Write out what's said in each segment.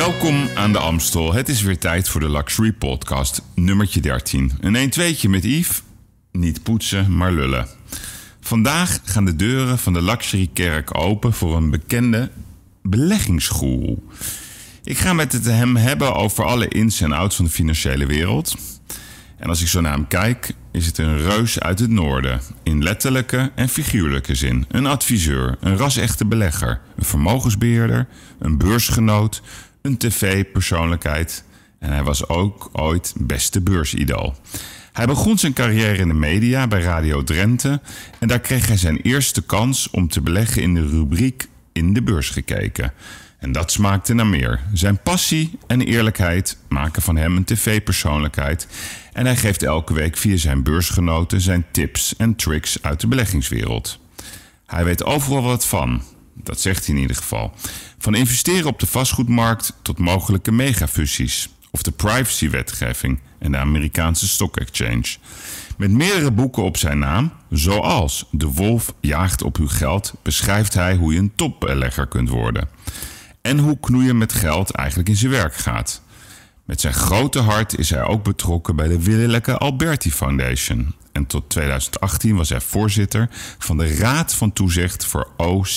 Welkom aan de Amstel. Het is weer tijd voor de Luxury Podcast, nummertje 13. Een 1-2'tje met Yves. Niet poetsen, maar lullen. Vandaag gaan de deuren van de Luxury Kerk open voor een bekende beleggingsgoeroe. Ik ga met hem hebben over alle ins en outs van de financiële wereld. En als ik zo naar hem kijk, is het een reus uit het noorden. In letterlijke en figuurlijke zin. Een adviseur, een ras-echte belegger, een vermogensbeheerder, een beursgenoot, een tv-persoonlijkheid. En hij was ook ooit beste beursidool. Hij begon zijn carrière in de media bij Radio Drenthe. En daar kreeg hij zijn eerste kans om te beleggen in de rubriek In de Beurs gekeken. En dat smaakte naar meer. Zijn passie en eerlijkheid maken van hem een tv-persoonlijkheid. En hij geeft elke week via zijn beursgenoten zijn tips en tricks uit de beleggingswereld. Hij weet overal wat van. Dat zegt hij in ieder geval. Van investeren op de vastgoedmarkt tot mogelijke megafusies. Of de privacywetgeving en de Amerikaanse Stock Exchange. Met meerdere boeken op zijn naam, zoals De Wolf jaagt op uw geld, beschrijft hij hoe je een topbelegger kunt worden. En hoe knoeien met geld eigenlijk in zijn werk gaat. Met zijn grote hart is hij ook betrokken bij de Willeke Alberti Foundation. En tot 2018 was hij voorzitter van de Raad van Toezicht voor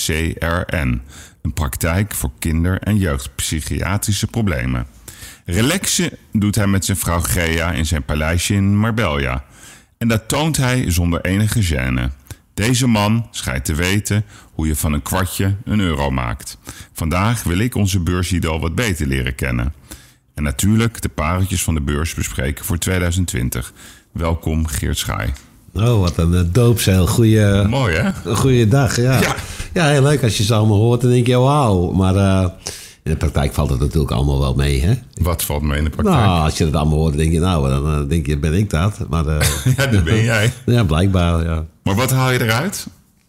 OCRN. Een praktijk voor kinder- en jeugdpsychiatrische problemen. Relaxen doet hij met zijn vrouw Gea in zijn paleisje in Marbella. En dat toont hij zonder enige gêne. Deze man schijnt te weten hoe je van een kwartje een euro maakt. Vandaag wil ik onze beursidool wat beter leren kennen. En natuurlijk de pareltjes van de beurs bespreken voor 2020. Welkom Geert Schaai. Oh, wat een doopzeil. Mooi hè? Goeiedag, ja. Ja, heel leuk als je ze allemaal hoort. Dan denk je, wauw. Maar in de praktijk valt het natuurlijk allemaal wel mee, hè? Wat valt mee in de praktijk? Nou, als je het allemaal hoort, denk je, dan denk je, ben ik dat. Maar, ja, dat ben jij. Ja, blijkbaar, ja. Maar wat haal je eruit?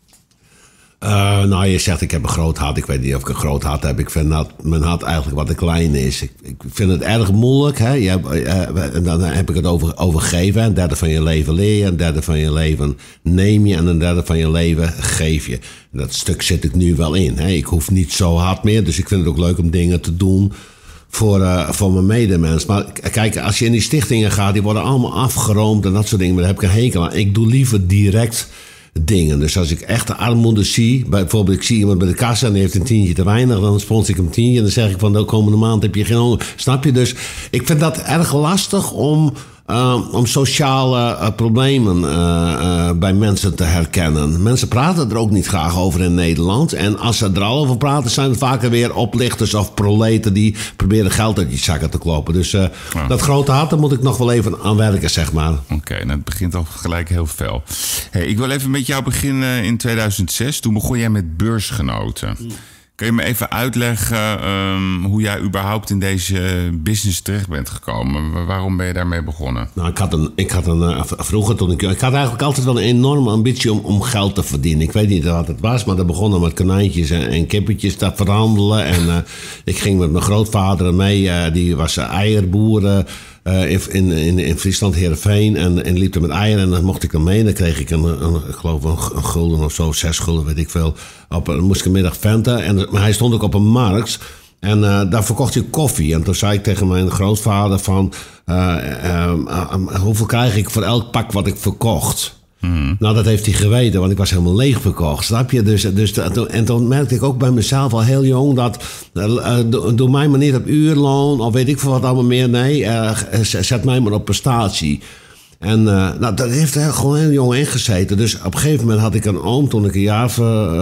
Nou, je zegt ik heb een groot hart. Ik weet niet of ik een groot hart heb. Ik vind dat mijn hart eigenlijk wat te klein is. Ik vind het erg moeilijk. Hè? En dan heb ik het over geven. Een derde van je leven leer je. Een derde van je leven neem je. En een derde van je leven geef je. Dat stuk zit ik nu wel in. Hè? Ik hoef niet zo hard meer. Dus ik vind het ook leuk om dingen te doen voor mijn medemens. Maar kijk, als je in die stichtingen gaat, die worden allemaal afgeroomd en dat soort dingen. Maar daar heb ik een hekel aan. Ik doe liever direct dingen. Dus als ik echt de armoede zie, bijvoorbeeld ik zie iemand bij de kassa en die heeft een tientje te weinig, dan spons ik hem 10 en dan zeg ik van de komende maand heb je geen honger. Snap je? Dus ik vind dat erg lastig om sociale problemen bij mensen te herkennen. Mensen praten er ook niet graag over in Nederland. En als ze er al over praten, zijn het vaker weer oplichters of proleten die proberen geld uit je zakken te kloppen. Dus dat grote hart, daar moet ik nog wel even aan werken, zeg maar. Oké, nou, het begint al gelijk heel fel. Hey, ik wil even met jou beginnen in 2006. Toen begon jij met beursgenoten. Kun je me even uitleggen hoe jij überhaupt in deze business terecht bent gekomen? Waarom ben je daarmee begonnen? Nou, ik had vroeger toen ik had eigenlijk altijd wel een enorme ambitie om geld te verdienen. Ik weet niet wat het was, maar dat begon met konijntjes en kippetjes te verhandelen. En ik ging met mijn grootvader mee, die was eierboer in Friesland, Heerenveen. En liep er met eieren en dan mocht ik er mee. En dan kreeg ik ik geloof een gulden of zo, 6 gulden, weet ik veel. Dan moest ik een middag venten. Maar hij stond ook op een markt. En daar verkocht hij koffie. En toen zei ik tegen mijn grootvader van hoeveel krijg ik voor elk pak wat ik verkocht? Nou, dat heeft hij geweten, want ik was helemaal leeg verkocht. Snap je? En toen merkte ik ook bij mezelf al heel jong dat doe mij maar niet op uurloon of weet ik veel wat allemaal meer. Nee, zet mij maar op prestatie. En dat heeft er gewoon heel jong ingezeten. Dus op een gegeven moment had ik een oom toen ik een jaar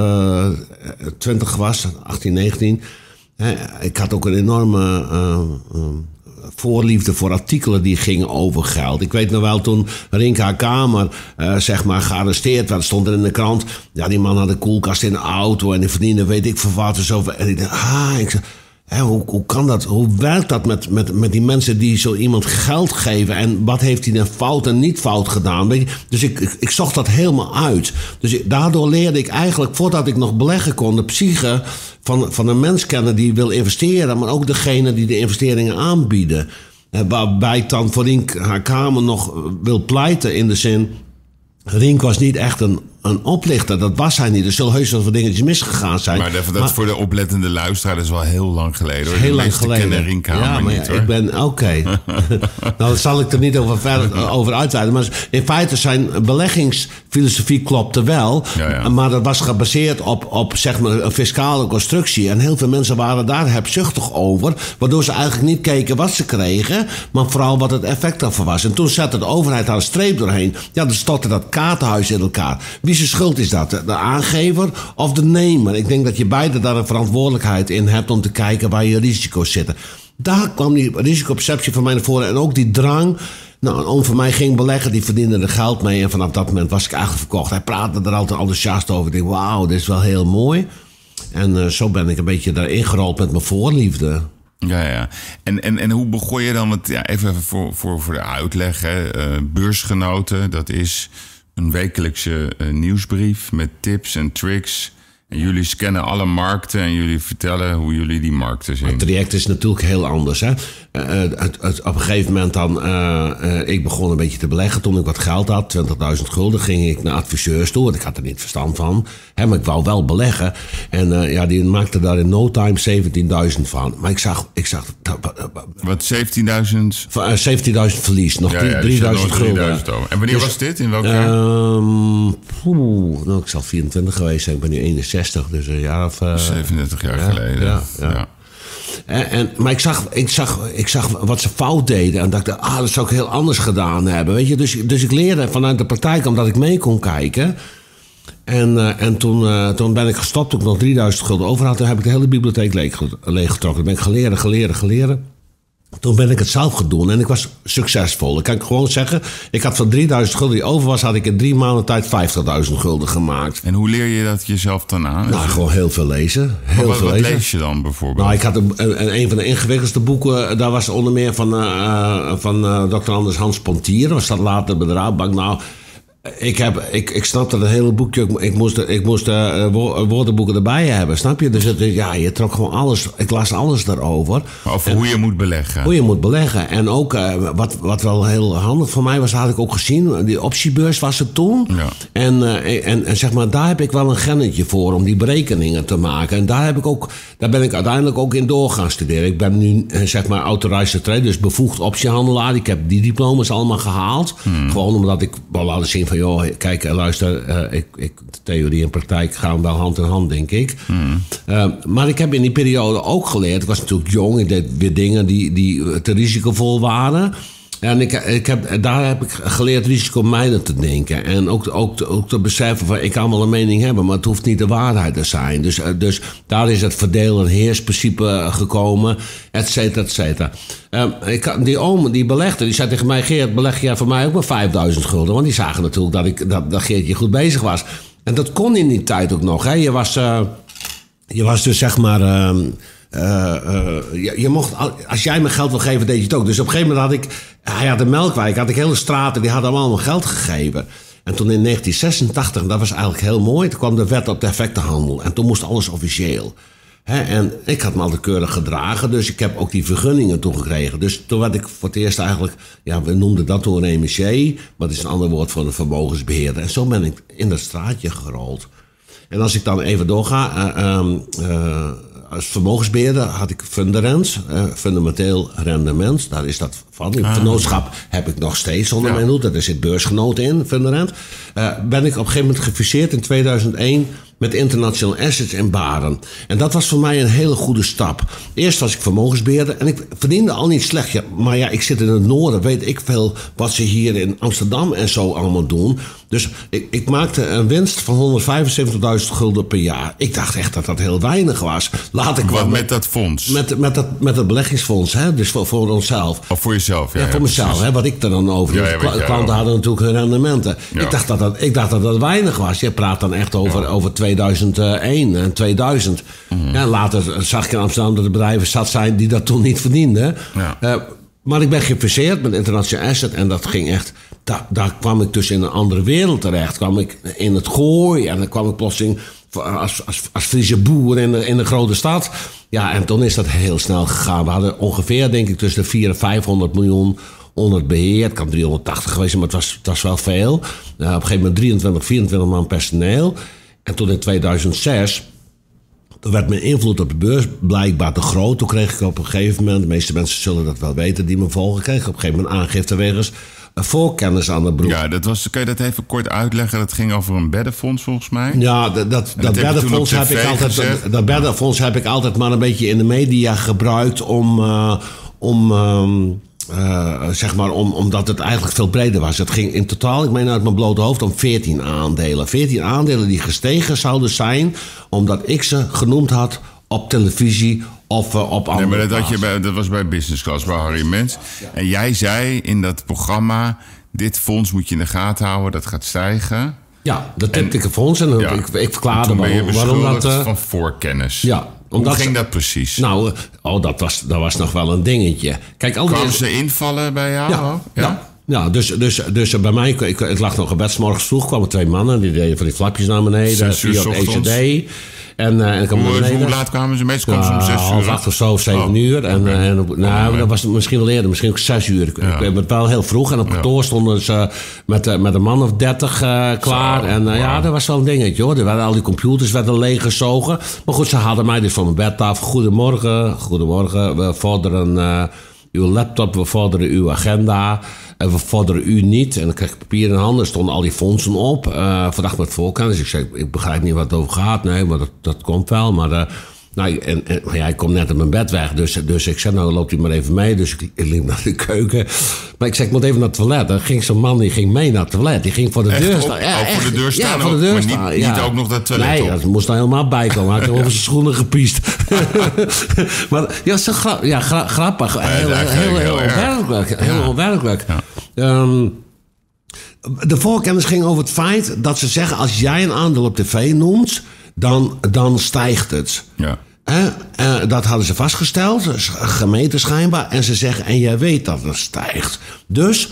20 was, 18, 19. Ik had ook een enorme voorliefde voor artikelen die gingen over geld. Ik weet nog wel toen Rinka Kamer zeg maar gearresteerd werd, stond er in de krant. Ja, die man had een koelkast in de auto en die verdiende weet ik veel wat en zo. En ik dacht, hoe kan dat? Hoe werkt dat met die mensen die zo iemand geld geven? En wat heeft hij dan fout en niet fout gedaan? Weet je? Dus ik zocht dat helemaal uit. Dus daardoor leerde ik eigenlijk, voordat ik nog beleggen kon, de psyche van een mens kennen die wil investeren, maar ook degene die de investeringen aanbieden. Waarbij dan voor Rink haar kamer nog wil pleiten in de zin, Rink was niet echt een een oplichter. Dat was hij niet. Er zullen heus wel wat dingetjes misgegaan zijn. Maar dat voor de oplettende luisteraar is wel heel lang geleden. Hoor. Heel lang geleden. Kennen Rinkamer niet, hoor. Ik ben... Oké. Nou, daar zal ik er niet over uitweiden. Maar in feite zijn beleggingsfilosofie klopte wel. Ja. Maar dat was gebaseerd op zeg maar, een fiscale constructie. En heel veel mensen waren daar hebzuchtig over. Waardoor ze eigenlijk niet keken wat ze kregen. Maar vooral wat het effect daarvan was. En toen zette de overheid haar streep doorheen. Ja, dan stortte dat kaartenhuis in elkaar. Wie zijn schuld is dat? De aangever of de nemer? Ik denk dat je beide daar een verantwoordelijkheid in hebt om te kijken waar je risico's zitten. Daar kwam die risicoperceptie van mij naar voren. En ook die drang. Nou, een oom van mij ging beleggen, die verdiende er geld mee. En vanaf dat moment was ik eigenlijk verkocht. Hij praatte er altijd enthousiast over. Ik dacht, wauw, dit is wel heel mooi. En zo ben ik een beetje daarin gerold met mijn voorliefde. Ja. En hoe begon je dan? Want ja, even voor de uitleg. Hè. Beursgenoten, dat is een wekelijkse nieuwsbrief met tips en tricks. En jullie scannen alle markten en jullie vertellen hoe jullie die markten zien. Het traject is natuurlijk heel anders. Hè? Op een gegeven moment dan... ik begon een beetje te beleggen. Toen ik wat geld had, 20.000 gulden, ging ik naar adviseurs toe. Want ik had er niet verstand van. Hè, maar ik wou wel beleggen. En die maakte daar in no time 17.000 van. Maar ik zag wat, 17.000? 17.000 verlies. Nog 3.000 gulden. En wanneer was dit? In welk jaar? Nou, ik zal 24 geweest zijn. Ik ben nu 61, dus een jaar of... 37 jaar geleden. Ja. Maar ik zag wat ze fout deden. En dacht, dat zou ik heel anders gedaan hebben. Weet je? Dus ik leerde vanuit de praktijk, omdat ik mee kon kijken. En toen ben ik gestopt, toen ik nog 3000 gulden over had. Toen heb ik de hele bibliotheek leeggetrokken. Dan ben ik geleren. Toen ben ik het zelf gaan doen en ik was succesvol. Dan kan ik gewoon zeggen, ik had van 3000 gulden die over was, had ik in 3 maanden tijd 50.000 gulden gemaakt. En hoe leer je dat jezelf dan aan? Nou, gewoon heel veel lezen. Wat lees je dan bijvoorbeeld? Nou, ik had een van de ingewikkeldste boeken, daar was onder meer van Dr. Anders Hans Pontier. Dat staat later bij de Raadbank. Nou, ik snapte het hele boekje. Ik moest woordenboeken erbij hebben, snap je? Dus je trok gewoon alles. Ik las alles daarover. Over hoe je moet beleggen. Hoe je moet beleggen. En ook, wat wel heel handig voor mij was, had ik ook gezien. Die optiebeurs was er toen. Ja. En zeg maar, daar heb ik wel een gennetje voor om die berekeningen te maken. En daar ben ik uiteindelijk ook in door gaan studeren. Ik ben nu, zeg maar, authorized trader, dus bevoegd optiehandelaar. Ik heb die diploma's allemaal gehaald. Gewoon omdat ik wil laten zien van, joh, kijk, luister, theorie en praktijk gaan wel hand in hand, denk ik. Maar ik heb in die periode ook geleerd, ik was natuurlijk jong, ik deed weer dingen die te risicovol waren. En daar heb ik geleerd risicomijdend te denken. En ook te beseffen van, ik kan wel een mening hebben, maar het hoeft niet de waarheid te zijn. Dus daar is het verdeel- en heersprincipe gekomen, et cetera, et cetera. Die oom, die belegde, die zei tegen mij, Geert, beleg jij voor mij ook maar 5000 gulden? Want die zagen natuurlijk dat Geertje goed bezig was. En dat kon in die tijd ook nog. Hè. Je was dus, zeg maar... je mocht, als jij me geld wil geven, deed je het ook. Dus op een gegeven moment hij had een Melkwijk, had ik hele straten, die hadden allemaal geld gegeven. En toen in 1986, dat was eigenlijk heel mooi, toen kwam de wet op de effectenhandel. En toen moest alles officieel. En ik had me altijd keurig gedragen, dus ik heb ook die vergunningen toegekregen. Dus toen werd ik voor het eerst eigenlijk, we noemden dat toen een MEC, maar dat is een ander woord voor een vermogensbeheerder. En zo ben ik in dat straatje gerold. En als ik dan even doorga, als vermogensbeheerder had ik Funderens, fundamenteel rendement. Daar is dat van. In het vennootschap heb ik nog steeds zonder mijn hoed. Daar zit beursgenoten in, Funderens. Ben ik op een gegeven moment gefuseerd in 2001 met International Assets in Baren. En dat was voor mij een hele goede stap. Eerst was ik vermogensbeheerder en ik verdiende al niet slecht. Maar ik zit in het noorden, weet ik veel wat ze hier in Amsterdam en zo allemaal doen. Dus ik maakte een winst van 175.000 gulden per jaar. Ik dacht echt dat dat heel weinig was. Met dat fonds? Met dat beleggingsfonds, hè? Dus voor onszelf. Of voor jezelf? Ja, voor mezelf, hè? Wat ik er dan over. Klanten hadden natuurlijk hun rendementen. Ja. Ik dacht dat dat weinig was. Je praat dan echt over 2001 en 2000. Ja, later zag ik in Amsterdam dat er bedrijven zat zijn die dat toen niet verdienden. Ja. Maar ik ben gefuseerd met International Asset en dat ging echt... Daar kwam ik dus in een andere wereld terecht. Kwam ik in het Gooi en dan kwam ik plotseling als Friese boer in de grote stad. Ja, en toen is dat heel snel gegaan. We hadden ongeveer, denk ik, tussen de 400 en 500 miljoen onder het beheer. Het kan 380 geweest zijn, maar het was wel veel. Op een gegeven moment 23, 24 man personeel. En toen in 2006... Toen werd mijn invloed op de beurs blijkbaar te groot. Toen kreeg ik op een gegeven moment... De meeste mensen zullen dat wel weten die me volgen. Kreeg ik op een gegeven moment aangifte wegens voorkennis aan de broek. Ja, kun je dat even kort uitleggen? Dat ging over een beddenfonds volgens mij. Ja, dat beddenfonds heb ik altijd maar een beetje in de media gebruikt omdat het eigenlijk veel breder was. Het ging in totaal, ik meen uit mijn blote hoofd, om 14 aandelen. 14 aandelen die gestegen zouden zijn... omdat ik ze genoemd had op televisie of op andere maar dat was bij Business Class, bij Harry Mens. Ja. En jij zei in dat programma... dit fonds moet je in de gaten houden, dat gaat stijgen. Ja, dat tipte ik een fonds en ik verklaarde waarom dat... van voorkennis. Ja. Hoe ging dat precies? Nou, dat was nog wel een dingetje. Kijk, kwamen ze invallen bij jou? Ja, dus bij mij, ik lag nog op bed, 's morgens vroeg kwamen 2 mannen, die deden van die flapjes naar beneden, 6 uur op ECD. Hoe laat kwamen ze? Meestal kwamen ze om 6 uur. 8 of zo, 7 uur. Dat was misschien wel eerder, misschien ook 6 uur. Ik ben het wel heel vroeg. En op kantoor stonden ze met een man of 30 klaar. Dat was wel een dingetje hoor. Al die computers werden leeggezogen. Maar goed, ze hadden mij dus van mijn bed af. Goedemorgen. We vorderen uw laptop, we vorderen uw agenda. En we vorderen u niet. En dan kreeg ik papier in handen. Er stonden al die fondsen op. Verdacht met voorkennis. Dus ik zei, ik begrijp niet wat het over gaat. Nee, maar dat komt wel. Maar ik kom net uit mijn bed weg. Dus ik zei, nou loopt u maar even mee. Dus ik liep naar de keuken. Maar ik zei, ik moet even naar het toilet. Dan ging zo'n man, die ging mee naar het toilet. Die ging voor de deur staan. Voor de deur staan? Ja, voor de deur staan. Maar niet ook nog dat toilet op? Nee, dat moest er helemaal bij komen. Hij had over zijn schoenen gepiest. Maar ja, zo grappig. Heel onwerkelijk. Heel onwerkelijk. Ja. De voorkennis ging over het feit dat ze zeggen... als jij een aandeel op tv noemt, dan stijgt het. Ja. Dat hadden ze vastgesteld, gemeten schijnbaar. En ze zeggen, en jij weet dat het stijgt. Dus...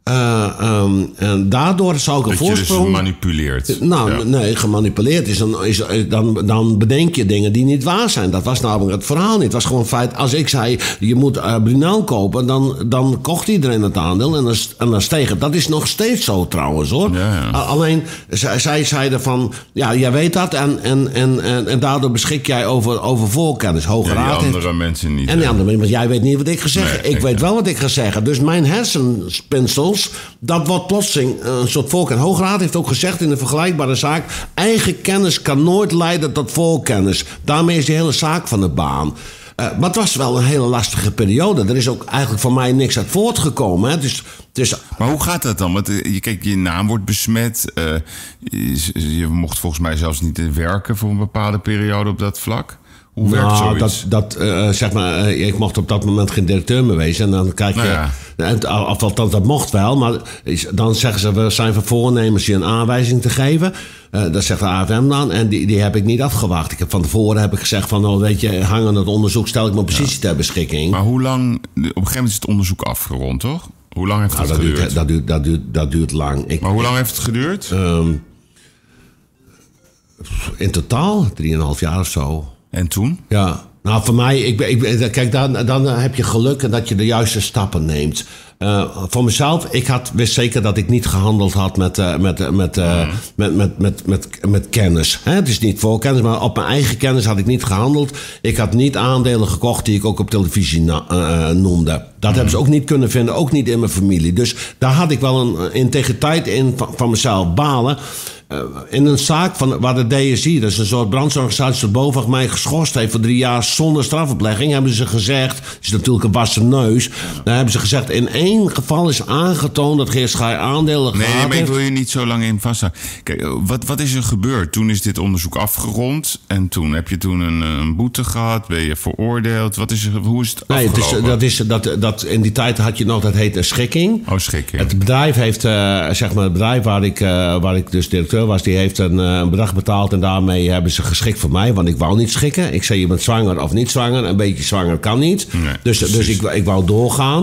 en daardoor zou ik een voorsprong... Dat je dus manipuleert. Nee, gemanipuleerd is dan bedenk je dingen die niet waar zijn. Dat was namelijk het verhaal niet. Het was gewoon feit, als ik zei, je moet Brunel kopen... dan kocht iedereen het aandeel en dan steeg het. Dat is nog steeds zo trouwens, hoor. Ja. Alleen, zij zeiden van, ja, jij weet dat... en daardoor beschik jij over voorkennis. Hoge Raad die andere mensen niet. En die andere mensen, want jij weet niet wat ik ga zeggen. Nee, ik weet wel wat ik ga zeggen. Dus mijn hersenspinsel... dat wordt plotseling een soort voorkennis. Hoge Raad heeft ook gezegd in een vergelijkbare zaak... eigen kennis kan nooit leiden tot voorkennis. Daarmee is die hele zaak van de baan. Maar het was wel een hele lastige periode. Er is ook eigenlijk voor mij niks uit voortgekomen. Hè. Maar hoe gaat dat dan? Want je naam wordt besmet. Je mocht volgens mij zelfs niet werken... voor een bepaalde periode op dat vlak. Hoe werkt zoiets? Zeg maar, ik mocht op dat moment geen directeur meer wezen. En dan kijk je... Althans, dat mocht wel. Maar dan zeggen ze, we zijn van voornemens je een aanwijzing te geven. Dat zegt de AFM dan. En die heb ik niet afgewacht. Van tevoren heb ik gezegd van, weet je, hangende het onderzoek... stel ik mijn positie ter beschikking. Maar hoe lang... Op een gegeven moment is het onderzoek afgerond, toch? Hoe lang heeft het geduurd? Dat duurt lang. Maar hoe lang heeft het geduurd? In totaal 3,5 jaar of zo. En toen? Ja, nou voor mij, kijk, dan heb je geluk dat je de juiste stappen neemt. Voor mezelf, wist zeker dat ik niet gehandeld had met kennis. Het is niet voor kennis, maar op mijn eigen kennis had ik niet gehandeld. Ik had niet aandelen gekocht die ik ook op televisie noemde. Dat hebben ze ook niet kunnen vinden, ook niet in mijn familie. Dus daar had ik wel een integriteit in van mezelf, balen. In een zaak waar de DSI, dat is een soort brandsorganisatie... de BOVAG mij geschorst heeft voor 3 jaar zonder strafoplegging... hebben ze gezegd, het is natuurlijk een wassen neus... daar hebben ze gezegd, in 1 geval is aangetoond... dat Geert Schaar aandelen gehad heeft. Nee, maar ik wil je niet zo lang in vasthouden. Kijk, wat is er gebeurd? Toen is dit onderzoek afgerond... en toen heb je een boete gehad, ben je veroordeeld... hoe is het afgelopen? Dat in die tijd had je nog, dat heet een schikking. Oh, schikking. Het bedrijf heeft, zeg maar, het bedrijf waar ik dus directeur was, die heeft een bedrag betaald en daarmee hebben ze geschikt voor mij, want ik wou niet schikken. Ik zei, je bent zwanger of niet zwanger, een beetje zwanger kan niet. Nee, dus ik wou doorgaan.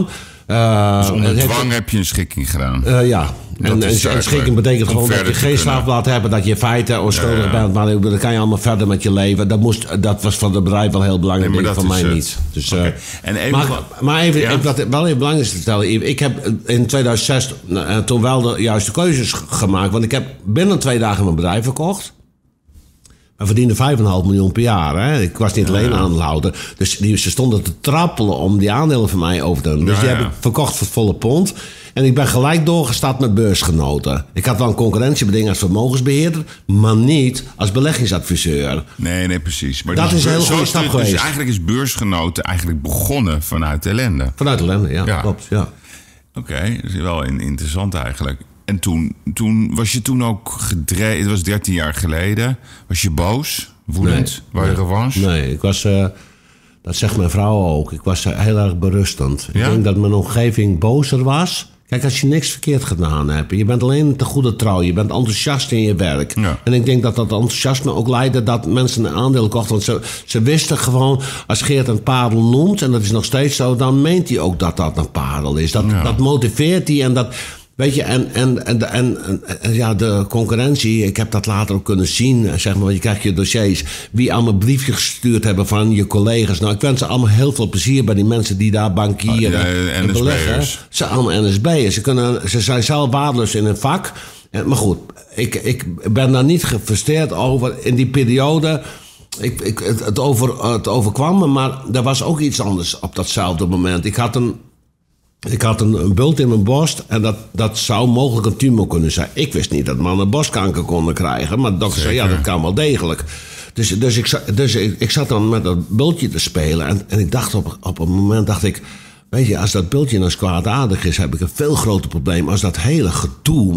Dus onder dwang heb je een schikking gedaan? Ja. En schikking betekent gewoon dat je geen strafblad hebt, dat je in feite onschuldig bent, maar dan kan je allemaal verder met je leven. Dat was voor het bedrijf wel heel belangrijk, maar voor mij niet. Dus, en even wat wel even belangrijk is te vertellen, ik heb in 2006 toen wel de juiste keuzes gemaakt, want ik heb binnen 2 dagen mijn bedrijf verkocht. We verdienden 5,5 miljoen per jaar. Hè? Ik was niet alleen aandeelhouder. Dus ze stonden te trappelen om die aandelen van mij over te doen. Dus die heb ik verkocht voor het volle pond. En ik ben gelijk doorgestart met beursgenoten. Ik had wel een concurrentiebeding als vermogensbeheerder, maar niet als beleggingsadviseur. Nee, precies. Maar dat is een heel goede stap geweest. Dus eigenlijk is beursgenoten eigenlijk begonnen vanuit ellende. Vanuit ellende, ja. Klopt, ja. Oké, dat is wel interessant eigenlijk. En toen was je ook gedreven, het was 13 jaar geleden. Was je boos, woedend, wou je revanche? Nee, ik was, dat zegt mijn vrouw ook, ik was heel erg berustend. Ik denk dat mijn omgeving bozer was. Kijk, als je niks verkeerd gedaan hebt, je bent alleen te goede trouw, je bent enthousiast in je werk. Ja. En ik denk dat enthousiasme ook leidde dat mensen een aandeel kochten. Want ze wisten gewoon, als Geert een parel noemt, en dat is nog steeds zo, dan meent hij ook dat dat een parel is. Dat motiveert hij en dat... Weet je, en de concurrentie, ik heb dat later ook kunnen zien, zeg maar, want je krijgt je dossiers, wie allemaal briefjes gestuurd hebben van je collega's. Nou, ik wens ze allemaal heel veel plezier bij die mensen die daar bankieren en beleggen. Ze zijn allemaal NSB'ers. Ze zijn zelf waardeloos in hun vak. Maar goed, ik ben daar niet gefrustreerd over in die periode. Het overkwam me, maar er was ook iets anders op datzelfde moment. Ik had een bult in mijn borst en dat zou mogelijk een tumor kunnen zijn. Ik wist niet dat mannen borstkanker konden krijgen, maar de dokter zei, ja, dat kan wel degelijk. Dus ik zat dan met dat bultje te spelen en ik dacht op een moment, weet je, als dat bultje nou eens kwaadaardig is, heb ik een veel groter probleem als dat hele gedoe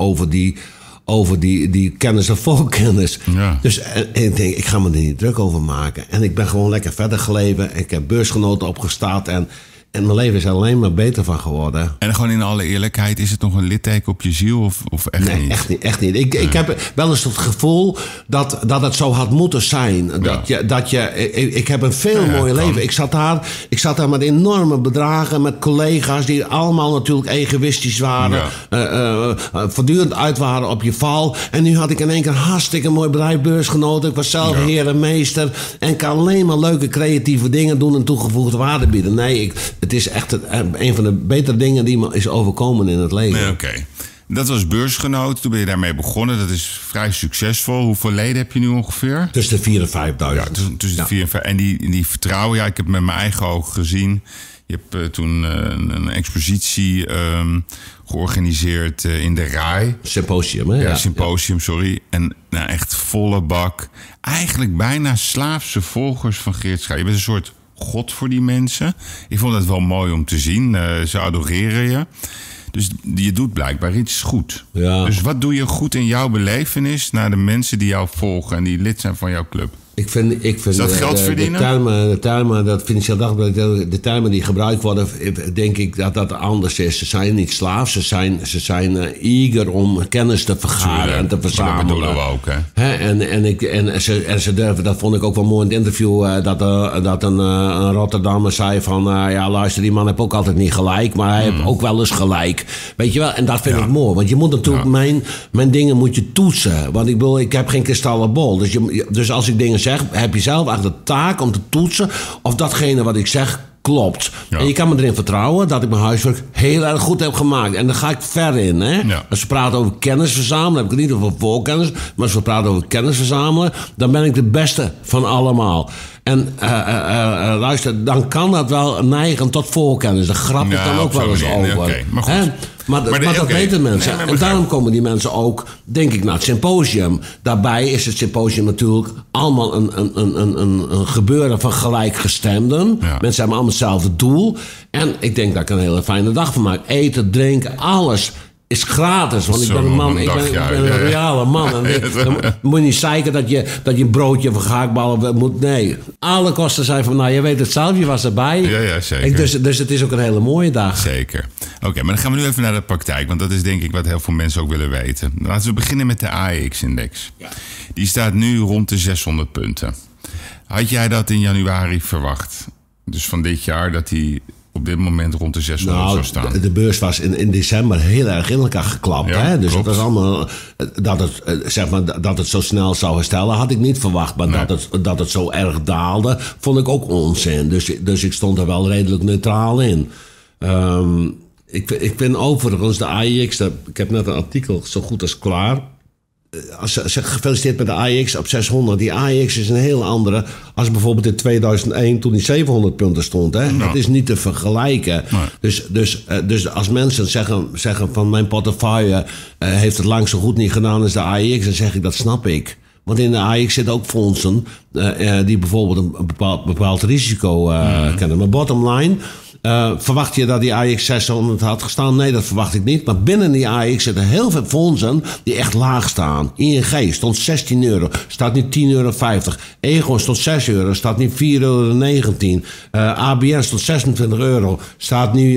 over die kennis en voorkennis. Ja. Dus ik denk, ik ga me er niet druk over maken. En ik ben gewoon lekker verder geleven. Ik heb beursgenoten opgestart en mijn leven is er alleen maar beter van geworden. En gewoon in alle eerlijkheid, is het nog een litteken op je ziel of echt niet? Nee, echt niet. Ik heb wel eens het gevoel dat het zo had moeten zijn. Ik heb een veel mooier leven. Ik zat daar met enorme bedragen, met collega's die allemaal natuurlijk egoïstisch waren. Ja. Voortdurend uit waren op je val. En nu had ik in één keer een hartstikke mooi bedrijf, beursgenoten. Ik was zelf heer en meester. En ik kan alleen maar leuke creatieve dingen doen en toegevoegde waarde bieden. Nee, het is echt een van de betere dingen die me is overkomen in het leven. Nee, Oké. Dat was beursgenoot. Toen ben je daarmee begonnen. Dat is vrij succesvol. Hoeveel leden heb je nu ongeveer? Tussen de 4.000 en 5.000. Ja, tussen de 4 en 5. En die vertrouwen, ik heb met mijn eigen ogen gezien. Je hebt toen een expositie georganiseerd in de RAI. Symposium, hè? Ja, symposium, sorry. En echt volle bak. Eigenlijk bijna slaafse volgers van Geert Schaap. Je bent een soort god voor die mensen. Ik vond het wel mooi om te zien. Ze adoreren je. Dus je doet blijkbaar iets goed. Ja. Dus wat doe je goed in jouw belevenis naar de mensen die jou volgen en die lid zijn van jouw club? Ik vind is dat geld verdienen? De termen, dat Financieel Dagblad, de termen die gebruikt worden, denk ik dat dat anders is. Ze zijn niet slaaf, ze zijn eager om kennis te vergaren en te verzamelen. Dat bedoelen we ook, hè? En ze durven, dat vond ik ook wel mooi in het interview, dat een Rotterdammer zei van, luister, die man heeft ook altijd niet gelijk, maar hij heeft ook wel eens gelijk. Weet je wel, en dat vind ik mooi, want je moet natuurlijk mijn dingen moet je toetsen. Want ik bedoel, ik heb geen kristallenbol. Dus als ik dingen zeg, heb je zelf eigenlijk de taak om te toetsen of datgene wat ik zeg klopt. Ja. En je kan me erin vertrouwen dat ik mijn huiswerk heel erg goed heb gemaakt. En daar ga ik ver in. Hè? Ja. Als we praten over kennis verzamelen, heb ik het niet over voorkennis, maar als we praten over kennis verzamelen, dan ben ik de beste van allemaal. En luister, dan kan dat wel neigen tot voorkennis. Daar grap ik dan ook wel eens over. Okay, maar goed. Maar dat weten mensen. En daarom komen die mensen ook, denk ik, naar het symposium. Daarbij is het symposium natuurlijk allemaal een gebeuren van gelijkgestemden. Ja. Mensen hebben allemaal hetzelfde doel. En ik denk dat ik een hele fijne dag van maak. Eten, drinken, alles is gratis, want ik ben een man, ik ben een reale man. En dan moet je niet zeiken dat je een broodje of gehaktballen moet. Nee, alle kosten zijn van, je weet het zelf, je was erbij. Ja, zeker. Dus het is ook een hele mooie dag. Zeker. Oké, maar dan gaan we nu even naar de praktijk, want dat is denk ik wat heel veel mensen ook willen weten. Laten we beginnen met de AEX-index. Ja. Die staat nu rond de 600 punten. Had jij dat in januari verwacht? Dus van dit jaar dat die op dit moment rond de 600 zou staan. De beurs was in december heel erg in elkaar geklapt. Ja, hè? Dus klopt. het was allemaal dat het zo snel zou herstellen, had ik niet verwacht. Maar dat het zo erg daalde, vond ik ook onzin. Dus ik stond er wel redelijk neutraal in. Ik vind overigens de AEX, ik heb net een artikel zo goed als klaar. Gefeliciteerd met de AEX op 600. Die AEX is een heel andere als bijvoorbeeld in 2001 toen die 700 punten stond. Hè? Dat is niet te vergelijken. Nee. Dus als mensen zeggen van mijn portefeuille heeft het lang zo goed niet gedaan als de AEX, dan zeg ik dat snap ik. Want in de AEX zitten ook fondsen die bijvoorbeeld een bepaald risico kennen. Maar bottom line, verwacht je dat die AEX 600 had gestaan? Nee, dat verwacht ik niet. Maar binnen die AEX zitten heel veel fondsen die echt laag staan. ING stond €16, staat nu €10,50. Egon stond €6, staat nu €4,19. ABN stond €26, staat nu,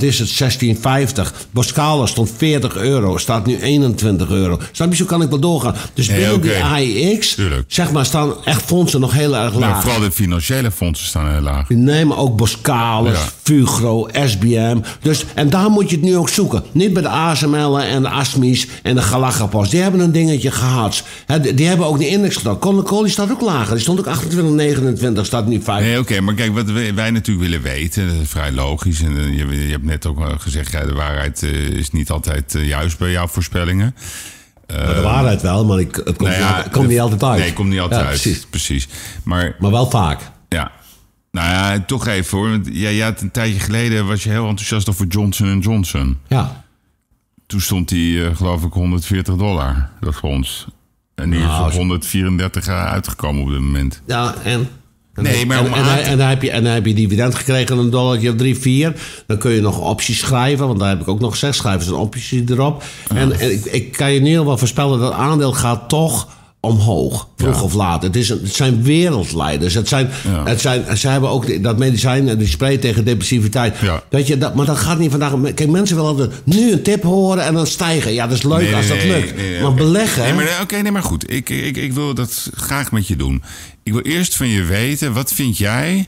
€16,50. Boskalis stond €40, staat nu €21. Snap je, zo kan ik wel doorgaan. Dus binnen die AEX, zeg maar, staan echt fondsen nog heel erg laag. Nou, vooral de financiële fondsen staan heel laag. Nee, maar ook Boskalis, Fugro, SBM. Dus, en daar moet je het nu ook zoeken. Niet bij de ASML en de ASMI's en de Galapagos. Die hebben een dingetje gehad. Die hebben ook de index gedaan. Conoco, die staat ook lager. Die stond ook 28,29, staat nu 5. Nee, oké, maar kijk, wat wij natuurlijk willen weten, dat is vrij logisch. En je hebt net ook gezegd, de waarheid is niet altijd juist bij jouw voorspellingen. Maar de waarheid wel, maar het komt niet altijd uit. Nee, het komt niet altijd uit. Precies. Maar wel vaak. Ja. Nou ja, toch even hoor. Want jij had een tijdje geleden was je heel enthousiast over Johnson & Johnson. Ja. Toen stond die, geloof ik, $140, dat fonds. En die is op 134 uitgekomen op dit moment. Ja, en dan heb je dividend gekregen, een dollartje of 3, 4. Dan kun je nog opties schrijven, want daar heb ik ook nog gezegd. Schrijven ze een optie erop. En ik kan je in ieder geval voorspellen dat het aandeel gaat toch omhoog, vroeg of laat. Het zijn wereldleiders. Ze hebben ook dat medicijn, die spray tegen depressiviteit. Ja. Weet je, maar dat gaat niet vandaag. Kijk, mensen willen altijd nu een tip horen en dan stijgen. Ja, dat is leuk als dat lukt. Maar beleggen... Nee, maar goed. Ik wil dat graag met je doen. Ik wil eerst van je weten, wat vind jij...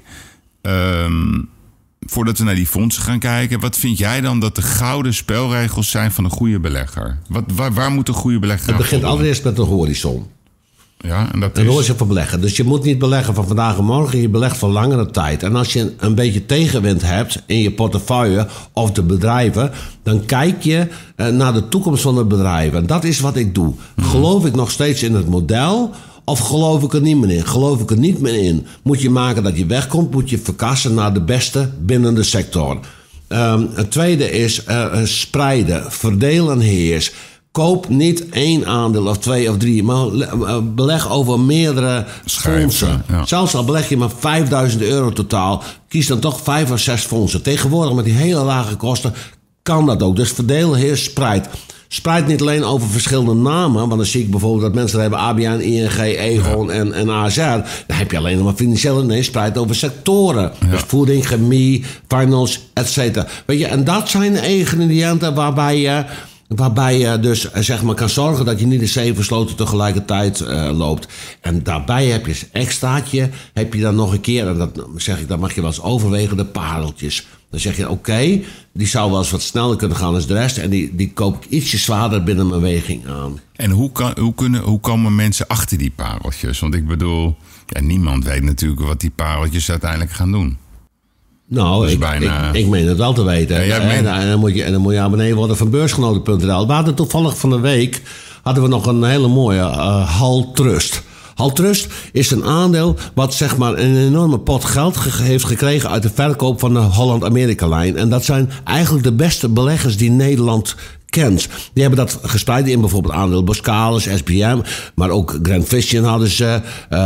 voordat we naar die fondsen gaan kijken, wat vind jij dan dat de gouden spelregels zijn van een goede belegger? Waar moet een goede belegger Het begint allereerst met een horizon. Ja, en dat is... Een horizon van beleggen. Dus je moet niet beleggen van vandaag en morgen, je belegt voor langere tijd. En als je een beetje tegenwind hebt in je portefeuille of de bedrijven, dan kijk je naar de toekomst van het bedrijf. En dat is wat ik doe. Geloof ik nog steeds in het model? Of geloof ik er niet meer in? Geloof ik er niet meer in? Moet je maken dat je wegkomt? Moet je verkassen naar de beste binnen de sector? Het tweede is spreiden. Verdeel en heers. Koop niet 1 aandeel of 2 of 3. Maar beleg over meerdere fondsen. Ja. Zelfs al beleg je maar €5.000 totaal. Kies dan toch 5 of 6 fondsen. Tegenwoordig met die hele lage kosten kan dat ook. Dus verdeel, heers, spreid. Spreid niet alleen over verschillende namen. Want dan zie ik bijvoorbeeld dat mensen hebben ABN, ING, Egon en ASR. Dan heb je alleen nog maar financiële. Nee, spreid over sectoren. Ja. Dus voeding, chemie, finance, et cetera. Weet je, en dat zijn de ingrediënten waarbij je dus zeg maar kan zorgen dat je niet de 7 sloten tegelijkertijd loopt. En daarbij heb je een extraatje, heb je dan nog een keer, en dat zeg ik, dat mag je wel eens overwegen, de pareltjes. Dan zeg je, oké, die zou wel eens wat sneller kunnen gaan als de rest. En die koop ik ietsje zwaarder binnen mijn weging aan. En hoe komen mensen achter die pareltjes? Want ik bedoel, niemand weet natuurlijk wat die pareltjes uiteindelijk gaan doen. Nou, ik meen het wel te weten. Ja, en dan moet je abonnee worden van beursgenoten.nl. We hadden toevallig van de week nog een hele mooie Hal Trust. Hal Trust is een aandeel wat zeg maar een enorme pot geld heeft gekregen uit de verkoop van de Holland-Amerika-lijn. En dat zijn eigenlijk de beste beleggers die Nederland kent. Die hebben dat gespreid in bijvoorbeeld aandeel Boskalis, SBM, maar ook Grand Vision hadden ze,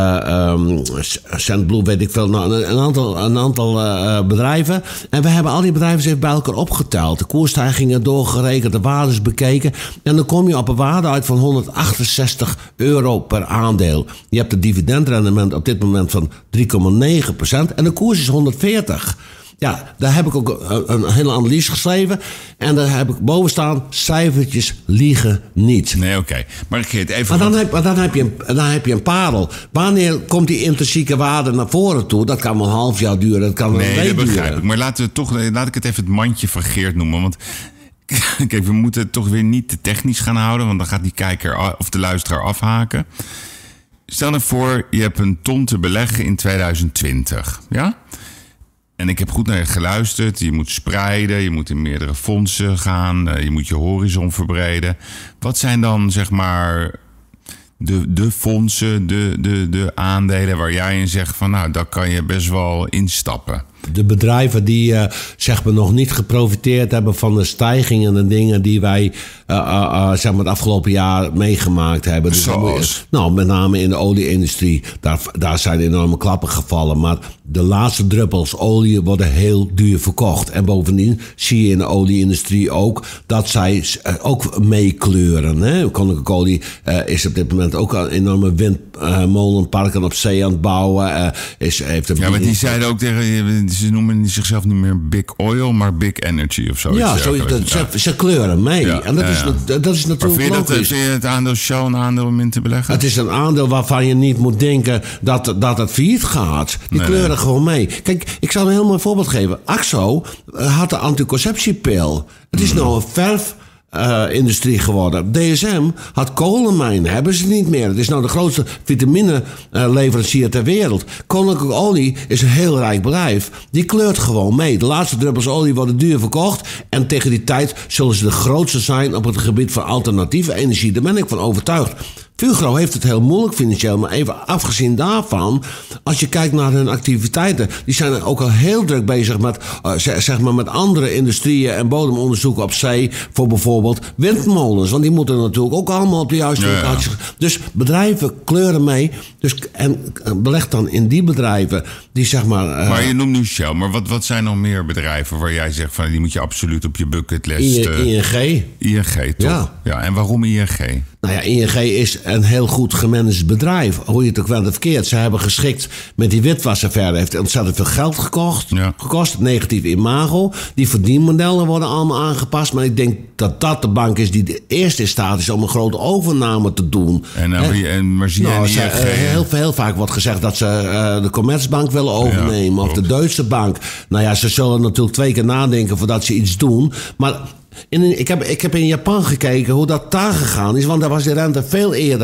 Sandblue, weet ik veel, nou, een aantal bedrijven. En we hebben al die bedrijven even bij elkaar opgeteld. De koersstijgingen doorgerekend, de waardes bekeken. En dan kom je op een waarde uit van €168 per aandeel. Je hebt een dividendrendement op dit moment van 3,9% en de koers is 140. Ja, daar heb ik ook een hele analyse geschreven. En daar heb ik boven staan, cijfertjes liegen niet. Nee, oké. Maar Geert, even... Maar dan heb je een parel. Wanneer komt die intrinsieke waarde naar voren toe? Dat kan wel een half jaar duren, dat kan wel een week duren. Nee, dat begrijp ik. Maar laat ik het even het mandje van Geert noemen. Want kijk, we moeten het toch weer niet te technisch gaan houden. Want dan gaat die kijker of de luisteraar afhaken. Stel nou voor, je hebt een ton te beleggen in 2020. Ja? En ik heb goed naar je geluisterd. Je moet spreiden, je moet in meerdere fondsen gaan. Je moet je horizon verbreden. Wat zijn dan, zeg maar, de fondsen, de aandelen waar jij in zegt van, nou, daar kan je best wel instappen? De bedrijven die zeg maar nog niet geprofiteerd hebben van de stijgingen en de dingen die wij zeg maar het afgelopen jaar meegemaakt hebben. Dus zoals? Met name in de olie-industrie. Daar zijn enorme klappen gevallen. Maar de laatste druppels olie worden heel duur verkocht. En bovendien zie je in de olie-industrie ook dat zij ook meekleuren. Hè? Koninklijke Olie is op dit moment ook een enorme windmolenparken op zee aan het bouwen. Maar die zeiden ook tegen... Ze noemen zichzelf niet meer Big Oil, maar Big Energy of zo. Ja, ze kleuren mee. Ja, en dat is natuurlijk maar logisch. Vind je het aandeel Shell een aandeel om in te beleggen? Het is een aandeel waarvan je niet moet denken dat het failliet gaat. Die kleuren gewoon mee. Kijk, ik zal een heel mooi voorbeeld geven. Axo had de anticonceptiepil. Het is nou een verf... industrie geworden. DSM had kolenmijnen, hebben ze niet meer. Het is nou de grootste vitamine leverancier ter wereld. Koninklijke Olie is een heel rijk bedrijf. Die kleurt gewoon mee. De laatste druppels olie worden duur verkocht. En tegen die tijd zullen ze de grootste zijn op het gebied van alternatieve energie. Daar ben ik van overtuigd. Fugro heeft het heel moeilijk financieel, maar even afgezien daarvan, als je kijkt naar hun activiteiten, die zijn ook al heel druk bezig met, zeg maar met andere industrieën en bodemonderzoeken op zee voor bijvoorbeeld windmolens. Want die moeten natuurlijk ook allemaal op de juiste locatie. Dus bedrijven kleuren mee. Dus, en beleg dan in die bedrijven die zeg maar... maar je noemt nu Shell, maar wat zijn nog meer bedrijven waar jij zegt van die moet je absoluut op je bucketlist... ING. ING, toch? Ja, en waarom ING? Nou ja, ING is een heel goed gemanaged bedrijf. Hoe je het ook wel of verkeerd. Ze hebben geschikt met die witwasaffaire. Heeft ontzettend veel geld gekost. Negatief imago. Die verdienmodellen worden allemaal aangepast. Maar ik denk dat dat de bank is die de eerste in staat is om een grote overname te doen. Maar zie je heel vaak wordt gezegd dat ze de Commerzbank willen overnemen. Of de Duitse bank. Nou ja, ze zullen natuurlijk 2 keer nadenken voordat ze iets doen. Maar... Ik heb in Japan gekeken hoe dat daar gegaan is. Want daar was de rente veel eerder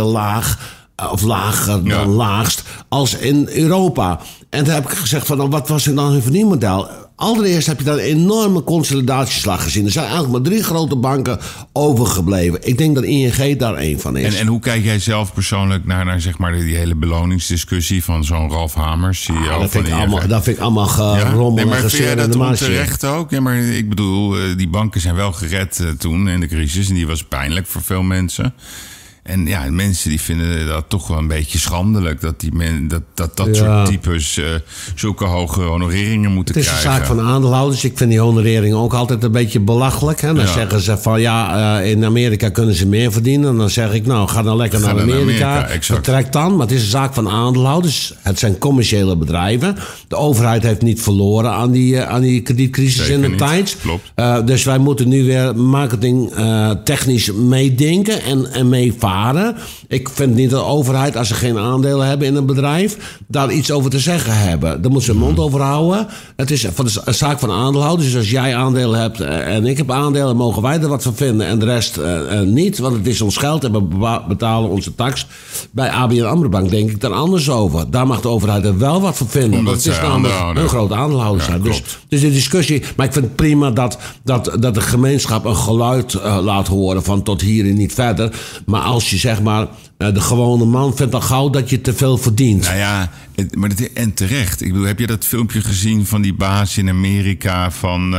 lager dan laagst als in Europa. En toen heb ik gezegd van, wat was dan hun verdienmodel? Allereerst heb je daar een enorme consolidatieslag gezien. Er zijn eigenlijk maar 3 grote banken overgebleven. Ik denk dat ING daar één van is. En hoe kijk jij zelf persoonlijk naar zeg maar die hele beloningsdiscussie van zo'n Ralf Hamers, CEO dat van ING? Dat vind ik allemaal gerommel en maar vind jij dat de onterecht ook? Ja, maar ik bedoel, die banken zijn wel gered toen in de crisis. En die was pijnlijk voor veel mensen. En ja, mensen die vinden dat toch wel een beetje schandelijk. Dat soort types zulke hoge honoreringen moeten krijgen. Het is een zaak van aandeelhouders. Ik vind die honoreringen ook altijd een beetje belachelijk. Hè? Dan zeggen ze van in Amerika kunnen ze meer verdienen. En dan zeg ik ga dan lekker naar Amerika. Vertrek dan. Maar het is een zaak van aandeelhouders. Het zijn commerciële bedrijven. De overheid heeft niet verloren aan die kredietcrisis. Zeker in de tijd. Klopt. Dus wij moeten nu weer marketing technisch meedenken en meevaren. Ik vind niet dat de overheid, als ze geen aandelen hebben in een bedrijf, daar iets over te zeggen hebben. Daar moet ze hun mond over houden. Het is een zaak van aandeelhouders. Dus als jij aandelen hebt en ik heb aandelen, mogen wij er wat van vinden en de rest niet. Want het is ons geld en we betalen onze tax. Bij ABN AMRO Bank denk ik daar anders over. Daar mag de overheid er wel wat van vinden. Omdat het is namelijk een groot aandeelhouder zijn. Dus de discussie. Maar ik vind het prima dat de gemeenschap een geluid laat horen van tot hier en niet verder. Maar als je zeg maar, de gewone man vindt al gauw dat je te veel verdient. Nou ja, en terecht. Ik bedoel, heb je dat filmpje gezien van die baas in Amerika van...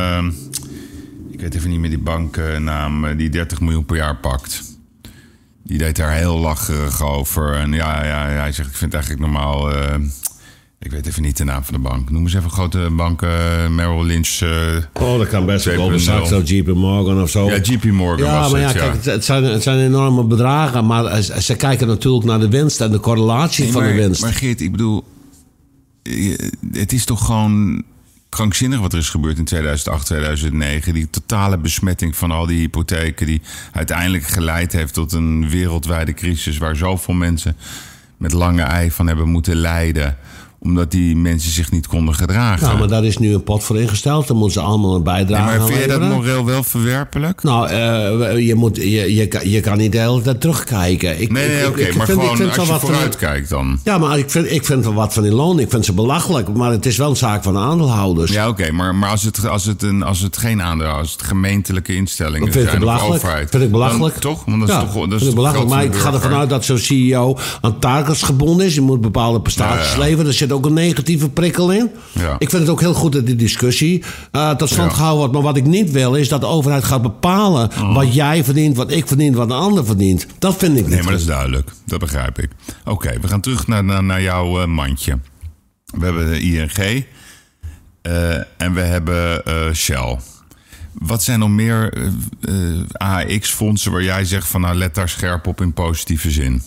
ik weet even niet meer die banknaam, die 30 miljoen per jaar pakt. Die deed daar heel lacherig over. En hij zegt, ik vind het eigenlijk normaal... ik weet even niet de naam van de bank. Noem eens even grote banken. Merrill Lynch. Dat kan best wel over Saxo, JP Morgan of zo. Ja, JP Morgan was het. Kijk, het zijn enorme bedragen. Maar ze kijken natuurlijk naar de winst en de correlatie van de winst. Maar Geert, ik bedoel... Het is toch gewoon... krankzinnig wat er is gebeurd in 2008, 2009. Die totale besmetting van al die hypotheken die uiteindelijk geleid heeft tot een wereldwijde crisis waar zoveel mensen met lange ei van hebben moeten lijden, omdat die mensen zich niet konden gedragen. Nou, maar daar is nu een pot voor ingesteld. Dan moeten ze allemaal een bijdrage maar vind je leveren. dat moreel wel verwerpelijk? Nou, je kan niet de hele tijd terugkijken. Maar gewoon als je vooruit kijkt dan. Ja, maar ik vind wel wat van die loon. Ik vind ze belachelijk. Maar het is wel een zaak van de aandeelhouders. Ja, oké. Maar als het geen aandeel, als het gemeentelijke instellingen vind zijn of overheid. Vind ik belachelijk. Dan, toch? Want dat is toch belachelijk. Maar ik ga ervan uit dat zo'n CEO aan targets gebonden is. Je moet bepaalde prestaties leveren. Er zit ook een negatieve prikkel in. Ja. Ik vind het ook heel goed dat die discussie tot stand gehouden wordt. Maar wat ik niet wil is dat de overheid gaat bepalen wat jij verdient, wat ik verdien, wat een ander verdient. Dat vind ik niet. Nee, maar dat is duidelijk. Dat begrijp ik. Oké, we gaan terug naar jouw mandje. We hebben de ING en we hebben Shell. Wat zijn nog meer AX-fondsen waar jij zegt van nou let daar scherp op in positieve zin?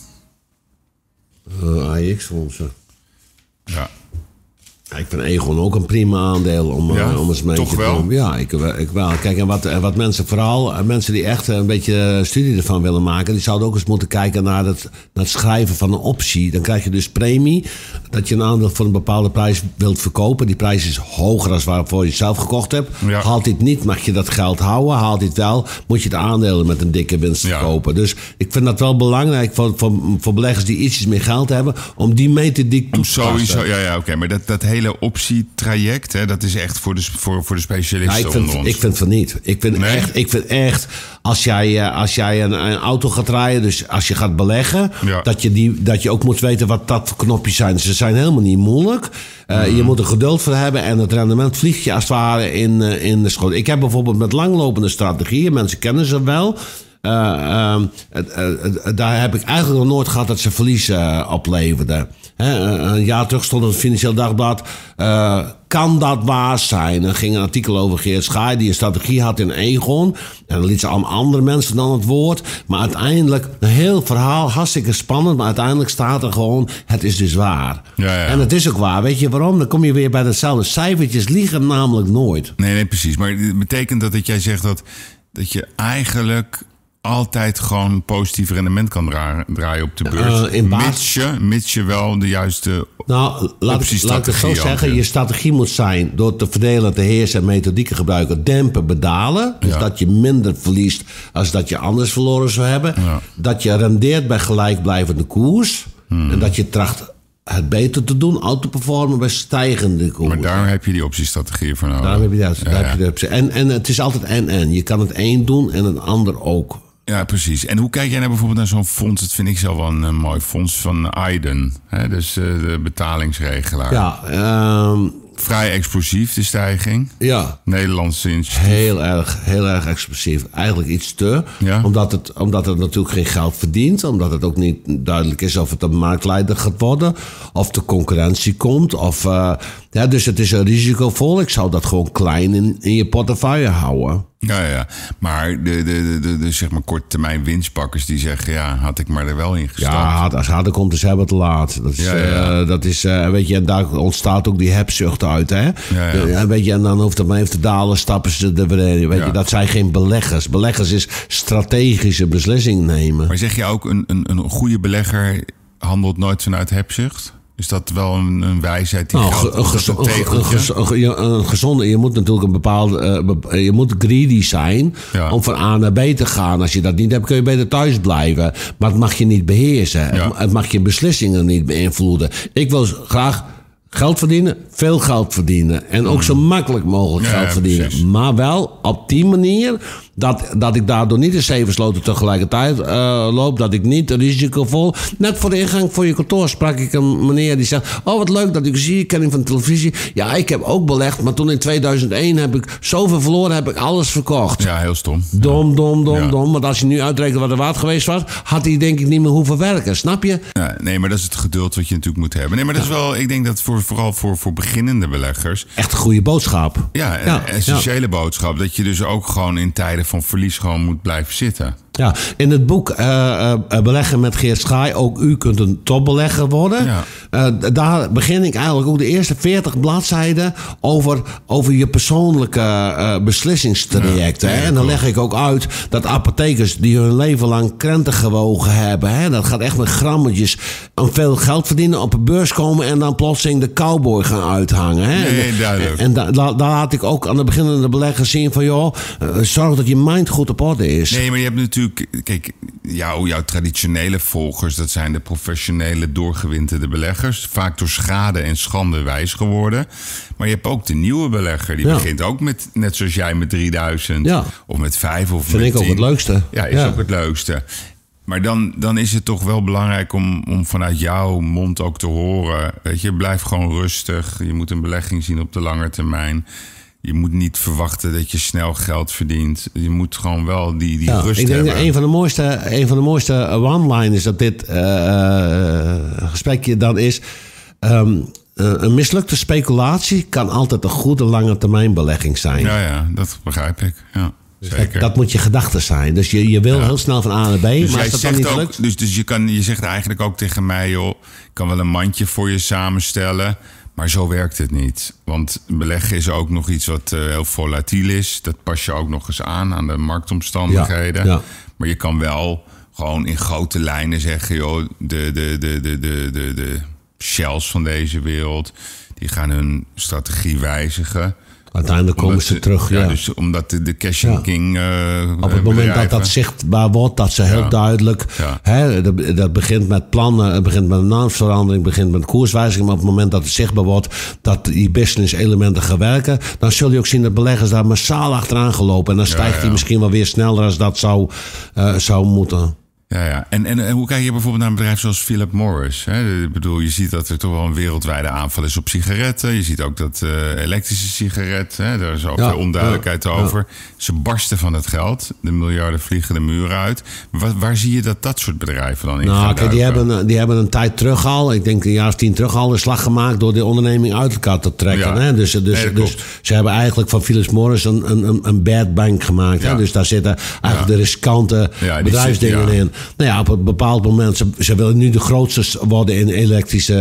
AX-fondsen. Ja. Ik vind Egon ook een prima aandeel om eens mee te doen. Ja, ik wel. Kijk, en wat mensen, vooral mensen die echt een beetje studie ervan willen maken, die zouden ook eens moeten kijken naar het schrijven van een optie. Dan krijg je dus premie dat je een aandeel voor een bepaalde prijs wilt verkopen. Die prijs is hoger dan waarvoor je het zelf gekocht hebt. Ja. Haalt dit niet, mag je dat geld houden. Haalt dit wel, moet je de aandelen met een dikke winst verkopen. Dus ik vind dat wel belangrijk voor beleggers die ietsjes meer geld hebben, om die methodiek toe te passen. Sowieso, oké, maar dat hele optietraject, hè, dat is echt voor de specialisten onder ons. Ik vind van niet. Ik vind echt als jij een auto gaat rijden, dus als je gaat beleggen, dat je ook moet weten wat dat voor knopjes zijn. Ze zijn helemaal niet moeilijk. Je moet er geduld voor hebben en het rendement vliegt je als het ware in de schoot. Ik heb bijvoorbeeld met langlopende strategieën, mensen kennen ze wel. Daar heb ik eigenlijk nog nooit gehad dat ze verlies opleverden. Een jaar terug stond in het Financieel Dagblad. Kan dat waar zijn? Er ging een artikel over Geert Schaai die een strategie had in Egon. En dan liet ze allemaal andere mensen dan het woord. Maar uiteindelijk, een heel verhaal, hartstikke spannend. Maar uiteindelijk staat er gewoon, het is dus waar. Ja. En het is ook waar. Weet je waarom? Dan kom je weer bij hetzelfde. Cijfertjes liegen namelijk nooit. Nee, precies. Maar het betekent dat jij zegt dat je eigenlijk altijd gewoon positief rendement kan draaien op de beurs. Mits je wel de juiste laat ik het zo zeggen. Je strategie moet zijn door te verdelen, te heersen en methodieken gebruiken. Dempen, bedalen. Dus dat je minder verliest als dat je anders verloren zou hebben. Ja. Dat je rendeert bij gelijkblijvende koers. En dat je tracht het beter te doen, out te performen bij stijgende koers. Maar daar heb je die optiestrategie voor nodig. Daar heb je de optie. En het is altijd en. Je kan het een doen en het ander ook. Ja, precies. En hoe kijk jij nou bijvoorbeeld naar zo'n fonds? Dat vind ik zelf wel een mooi fonds van Aiden. Dus de betalingsregelaar. Ja, vrij explosief, de stijging. Ja. Nederlandse initiatief. Heel erg explosief. Eigenlijk iets te. Ja? Omdat het natuurlijk geen geld verdient. Omdat het ook niet duidelijk is of het een marktleider gaat worden. Of de concurrentie komt. Dus het is risicovol. Ik zou dat gewoon klein in je portefeuille houden. Ja. Maar de zeg maar korttermijn winstpakkers die zeggen, had ik maar er wel in gestapt. Ja, als harder komt, is hebben te laat. Dat is, weet je, en daar ontstaat ook die hebzucht uit, hè. Ja, weet je, en dan hoeft het maar even te dalen, stappen ze er weer in. Weet je, dat zijn geen beleggers. Beleggers is strategische beslissingen nemen. Maar zeg je ook, een goede belegger handelt nooit vanuit hebzucht? Is dat wel een wijsheid die een gezonde, je moet natuurlijk een bepaalde, je moet greedy zijn om van A naar B te gaan. Als je dat niet hebt, kun je beter thuis blijven. Maar het mag je niet beheersen. Ja. Het mag je beslissingen niet beïnvloeden. Ik wil graag geld verdienen, veel geld verdienen. En ook zo makkelijk mogelijk geld verdienen. Precies. Maar wel op die manier dat ik daardoor niet de 7 sloten tegelijkertijd loop. Dat ik niet risicovol. Net voor de ingang voor je kantoor sprak ik een meneer die zegt, wat leuk dat ik zie, ik ken hem van de televisie. Ja, ik heb ook belegd, maar toen in 2001 heb ik zoveel verloren, heb ik alles verkocht. Ja, heel stom. Dom. Want als je nu uitrekent wat er waard geweest was, had hij denk ik niet meer hoeven werken. Snap je? Ja, nee, maar dat is het geduld wat je natuurlijk moet hebben. Nee, maar dat is wel, ik denk dat vooral voor beginnende beleggers echt een goede boodschap. Ja, essentiële boodschap. Dat je dus ook gewoon in tijden van verlies gewoon moet blijven zitten. Ja, in het boek Beleggen met Geert Schaai, ook u kunt een topbelegger worden. Ja. Daar begin ik eigenlijk ook de eerste 40 bladzijden over je persoonlijke beslissingstrajecten. Ja, en dan leg ik ook uit dat apothekers die hun leven lang krenten gewogen hebben. Hè, dat gaat echt met grammetjes om veel geld verdienen, op een beurs komen en dan plotseling de cowboy gaan uithangen. Hè. Nee, duidelijk. En daar laat ik ook aan de beginnende beleggers zien van joh, zorg dat je mind goed op orde is. Nee, maar je hebt natuurlijk, kijk, jouw traditionele volgers, dat zijn de professionele doorgewinterde beleggers, vaak door schade en schande wijs geworden. Maar je hebt ook de nieuwe belegger, die begint ook met, net zoals jij, met 3000 of met 5 of vind met 10. Vind ik ook het leukste. Ja, is ook het leukste. Maar dan is het toch wel belangrijk om vanuit jouw mond ook te horen, weet je, blijf gewoon rustig. Je moet een belegging zien op de lange termijn. Je moet niet verwachten dat je snel geld verdient. Je moet gewoon wel die rust hebben. Ik denk dat een van de mooiste one-liners op dit gesprekje dan is... een mislukte speculatie kan altijd een goede lange termijn belegging zijn. Ja, dat begrijp ik. Ja, zeker. Dat moet je gedachte zijn. Dus je wil heel snel van A naar B, dus maar als dat dan niet lukt... Dus je zegt eigenlijk ook tegen mij, joh, ik kan wel een mandje voor je samenstellen... Maar zo werkt het niet. Want beleggen is ook nog iets wat heel volatiel is. Dat pas je ook nog eens aan de marktomstandigheden. Ja. Maar je kan wel gewoon in grote lijnen zeggen... joh, de Shells van deze wereld... die gaan hun strategie wijzigen... Uiteindelijk komen ze terug, ja. Dus omdat de Cash King op het moment dat zichtbaar wordt, dat ze heel duidelijk... Ja. Hè, dat begint met plannen, het begint met een naamsverandering... het begint met koerswijziging... maar op het moment dat het zichtbaar wordt... dat die business elementen gaan werken... dan zul je ook zien dat beleggers daar massaal achteraan gelopen... en dan stijgt die misschien wel weer sneller als dat zou moeten... Ja. En hoe kijk je bijvoorbeeld naar een bedrijf zoals Philip Morris? Hè? Ik bedoel, je ziet dat er toch wel een wereldwijde aanval is op sigaretten. Je ziet ook dat elektrische sigaretten, hè, daar is ook veel onduidelijkheid over. Ja. Ze barsten van het geld. De miljarden vliegen de muur uit. Waar zie je dat soort bedrijven dan in gaan duiken? Die hebben een tijd terug al, ik denk een jaar of 10 terug al, een slag gemaakt door de onderneming uit elkaar te trekken. Ja. Hè? Dus ze hebben eigenlijk van Philip Morris een bad bank gemaakt. Ja. Hè? Dus daar zitten eigenlijk de riskante bedrijfsdingen in. Nou ja, op een bepaald moment, ze willen nu de grootste worden in elektrische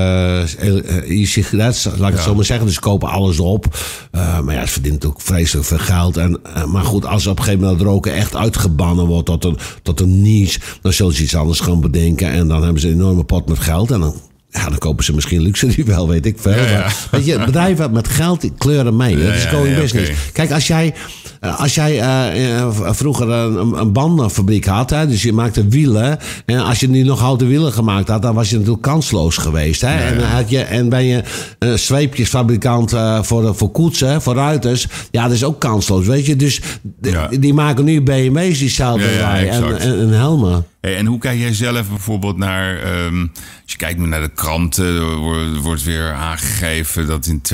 e-cigaretten, laat ik het zo maar zeggen. Dus ze kopen alles op. Maar ja, ze verdienen natuurlijk vreselijk veel geld. Maar goed, als op een gegeven moment het roken echt uitgebannen wordt tot een niche, dan zullen ze iets anders gaan bedenken. En dan hebben ze een enorme pot met geld. En dan kopen ze misschien luxe die wel, weet ik veel. Ja. Maar, weet je, bedrijven met geld die kleuren mee. Dat is going business. Okay. Kijk, als jij vroeger een bandenfabriek had, hè, dus je maakte wielen, en als je nu nog houten wielen gemaakt had, dan was je natuurlijk kansloos geweest. Hè? Ja. En ben je zweepjesfabrikant voor koetsen, voor ruiters, ja, dat is ook kansloos, weet je. Dus die maken nu BMW's die zelden en helmen. Hey, en hoe kijk jij zelf bijvoorbeeld naar... als je kijkt naar de kranten... wordt weer aangegeven dat in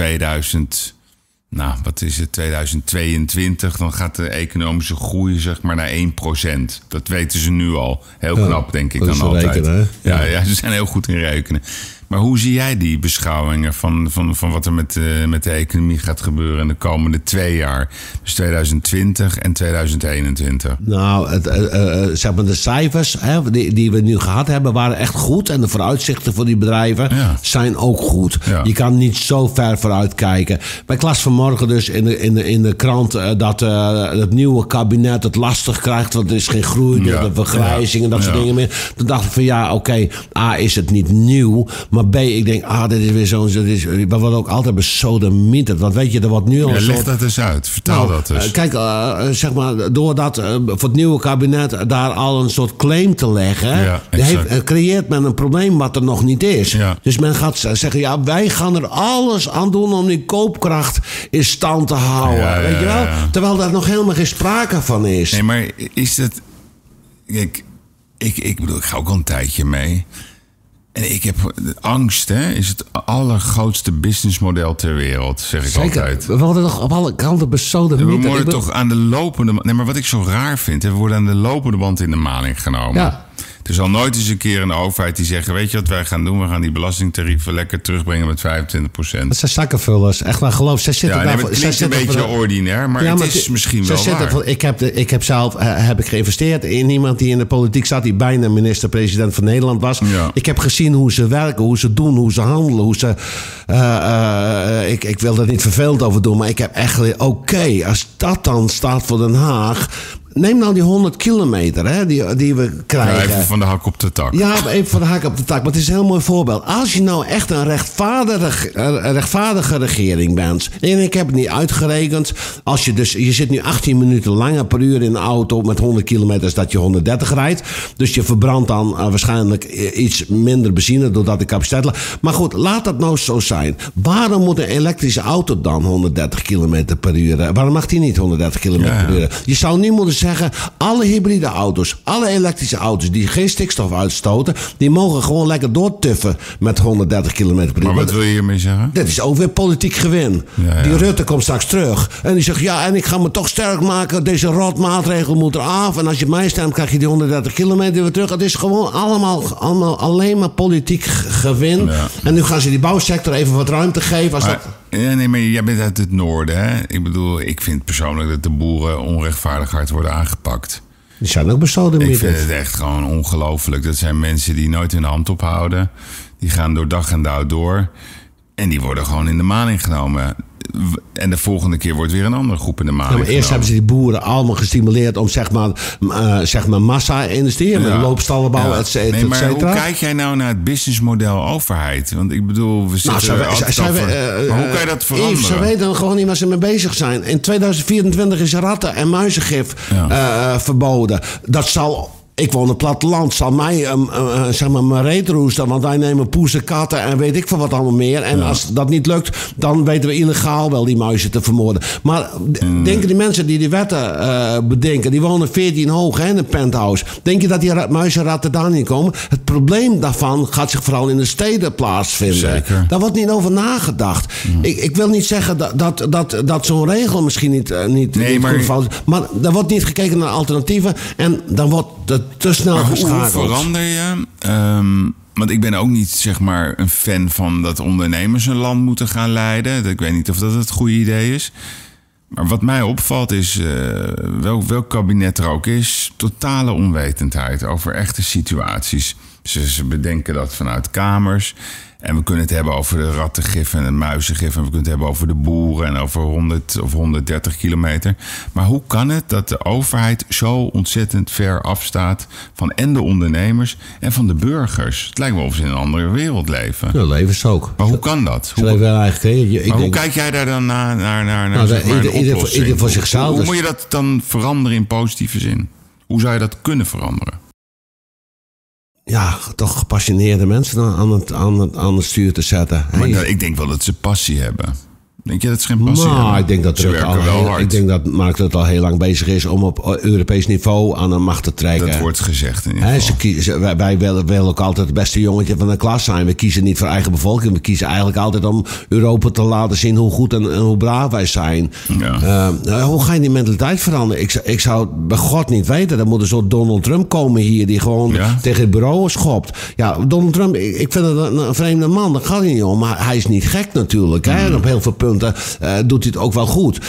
2022... dan gaat de economische groei zeg maar naar 1%. Dat weten ze nu al. Heel knap, denk ik dan altijd. Rekenen, ja, ze zijn heel goed in rekenen. Maar hoe zie jij die beschouwingen van wat er met de economie gaat gebeuren in de komende 2 jaar? Dus 2020 en 2021. Nou, zeg maar de cijfers die we nu gehad hebben waren echt goed. En de vooruitzichten voor die bedrijven zijn ook goed. Ja. Je kan niet zo ver vooruit kijken. Ik las vanmorgen dus in de krant dat het nieuwe kabinet het lastig krijgt. Want er is geen groei door de vergrijzing en dat soort dingen meer. Toen dacht ik van oké, A, is het niet nieuw. Maar B, ik denk, dit is weer zo'n... We worden ook altijd besodemieterd. Want weet je, er wordt nu al leg dat eens uit. Vertel dat dus. Kijk, zeg maar, doordat voor het nieuwe kabinet daar al een soort claim te leggen... creëert men een probleem wat er nog niet is. Ja. Dus men gaat zeggen, wij gaan er alles aan doen om die koopkracht in stand te houden. Weet je wel? Terwijl daar nog helemaal geen sprake van is. Nee, maar is het... Kijk, ik bedoel, ik ga ook al een tijdje mee... En ik heb angst, is het allergrootste businessmodel ter wereld, zeg ik altijd. We worden toch op alle kanten besodemieterd. We worden toch aan de lopende... Nee, maar wat ik zo raar vind, we worden aan de lopende band in de maling genomen. Ja. Er zal nooit eens een keer een overheid die zeggen... weet je wat wij gaan doen? We gaan die belastingtarieven lekker terugbrengen met 25%. Dat zijn zakkenvullers. Echt waar, geloof. Zij zitten het klinkt een beetje ordinair, maar het is misschien wel waar. Ik heb zelf geïnvesteerd in iemand die in de politiek zat... die bijna minister-president van Nederland was. Ja. Ik heb gezien hoe ze werken, hoe ze doen, hoe ze handelen. Hoe ze, ik wil er niet vervelend over doen, maar ik heb echt... Oké, als dat dan staat voor Den Haag... Neem nou die 100 kilometer hè, die we krijgen. Ja, even van de hak op de tak. Ja, even van de hak op de tak. Maar het is een heel mooi voorbeeld. Als je nou echt een rechtvaardige regering bent... en ik heb het niet uitgerekend... als je zit nu 18 minuten langer per uur in een auto... met 100 kilometer dat je 130 rijdt. Dus je verbrandt dan waarschijnlijk iets minder benzine... doordat de capaciteit... Maar goed, laat dat nou zo zijn. Waarom moet een elektrische auto dan 130 kilometer per uur? Waarom mag die niet 130 kilometer per uur? Je zou niet moeten zeggen... alle hybride auto's, alle elektrische auto's... die geen stikstof uitstoten... die mogen gewoon lekker doortuffen met 130 kilometer per uur. Maar wat wil je hiermee zeggen? Dit is ook weer politiek gewin. Ja. Die Rutte komt straks terug. En die zegt, ja, en ik ga me toch sterk maken... deze rotmaatregel moet eraf... en als je mij stemt, krijg je die 130 kilometer weer terug. Het is gewoon allemaal alleen maar politiek gewin. Ja. En nu gaan ze die bouwsector even wat ruimte geven... Ja, nee, maar jij bent uit het noorden, hè? Ik bedoel, ik vind persoonlijk dat de boeren onrechtvaardig hard worden aangepakt. Die zijn ook besodemieterd. Ik vind het echt gewoon ongelooflijk. Dat zijn mensen die nooit hun hand ophouden. Die gaan door dag en dauw door. En die worden gewoon in de maling genomen. En de volgende keer wordt weer een andere groep in de maling genomen. Eerst hebben ze die boeren allemaal gestimuleerd om zeg maar massa-industrie, met loopstallen bouwen, et cetera. Nee, maar hoe kijk jij nou naar het businessmodel overheid? Want ik bedoel, we zitten maar hoe kan je dat veranderen? Yves, ze weten gewoon niet waar ze mee bezig zijn. In 2024 is ratten- en muizengif verboden. Dat zal... Ik woon op het platteland, zal mij zeg maar mijn reet roesten... want wij nemen poezen, katten en weet ik veel wat allemaal meer. En als dat niet lukt, dan weten we illegaal wel die muizen te vermoorden. Maar denken die mensen die die wetten bedenken... die wonen 14 hoog in een penthouse... denk je dat die muizenratten daar niet komen? Het probleem daarvan gaat zich vooral in de steden plaatsvinden. Zeker. Daar wordt niet over nagedacht. Ik wil niet zeggen dat zo'n regel misschien niet goed valt... maar er wordt niet gekeken naar alternatieven... en dan wordt het te snel geschakeld. Hoe verander je? Want ik ben ook niet zeg maar een fan van dat ondernemers een land moeten gaan leiden. Ik weet niet of dat het goede idee is. Maar wat mij opvalt is, welk kabinet er ook is... totale onwetendheid over echte situaties. Ze bedenken dat vanuit kamers... En we kunnen het hebben over de rattengif en het muizengif... en we kunnen het hebben over de boeren en over 100 of 130 kilometer. Maar hoe kan het dat de overheid zo ontzettend ver afstaat... van en de ondernemers en van de burgers? Het lijkt me of ze in een andere wereld leven. Ja, leven ze ook. Maar hoe kan dat? Hoe kijk jij daar dan naar ieder voor zichzelf. Hoe moet je dat dan veranderen in positieve zin? Hoe zou je dat kunnen veranderen? Ja, toch gepassioneerde mensen aan het stuur te zetten. Maar ik denk wel dat ze passie hebben. Denk je dat ze geen passie hebben? Ik denk dat ik denk dat Mark Rutte al heel lang bezig is om op Europees niveau aan de macht te trekken. Dat wordt gezegd in ieder geval. Wij willen ook altijd het beste jongetje van de klas zijn. We kiezen niet voor eigen bevolking. We kiezen eigenlijk altijd om Europa te laten zien hoe goed en hoe braaf wij zijn. Ja. Hoe ga je die mentaliteit veranderen? Ik zou het bij God niet weten. Er moet een soort Donald Trump komen hier die gewoon tegen het bureau schopt. Ja, Donald Trump, ik vind het een vreemde man. Daar gaat hij niet om. Maar hij is niet gek natuurlijk. Hè? En op heel veel punten doet hij het ook wel goed.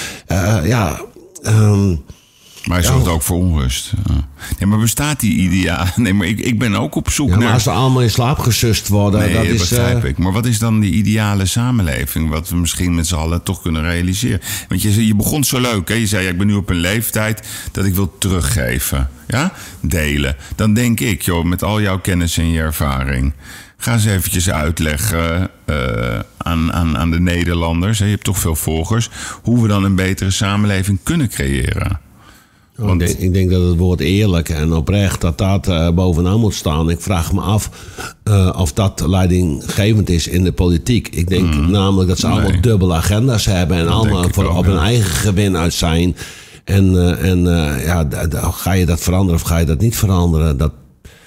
Maar hij zorgt ook voor onrust. Nee, maar bestaat die ideaal? Nee, maar ik ben ook op zoek naar... maar als ze allemaal in slaap gesust worden... Nee, dat begrijp ik. Maar wat is dan die ideale samenleving... wat we misschien met z'n allen toch kunnen realiseren? Want je begon zo leuk, hè? Je zei, ik ben nu op een leeftijd dat ik wil teruggeven. Ja? Delen. Dan denk ik, joh, met al jouw kennis en je ervaring... Ga eens eventjes uitleggen aan de Nederlanders... je hebt toch veel volgers... hoe we dan een betere samenleving kunnen creëren. Want... Ik denk dat het woord eerlijk en oprecht... dat bovenaan moet staan. Ik vraag me af of dat leidinggevend is in de politiek. Ik denk namelijk dat ze allemaal dubbele agenda's hebben... en allemaal op hun eigen gewin uit zijn. En ga je dat veranderen of ga je dat niet veranderen?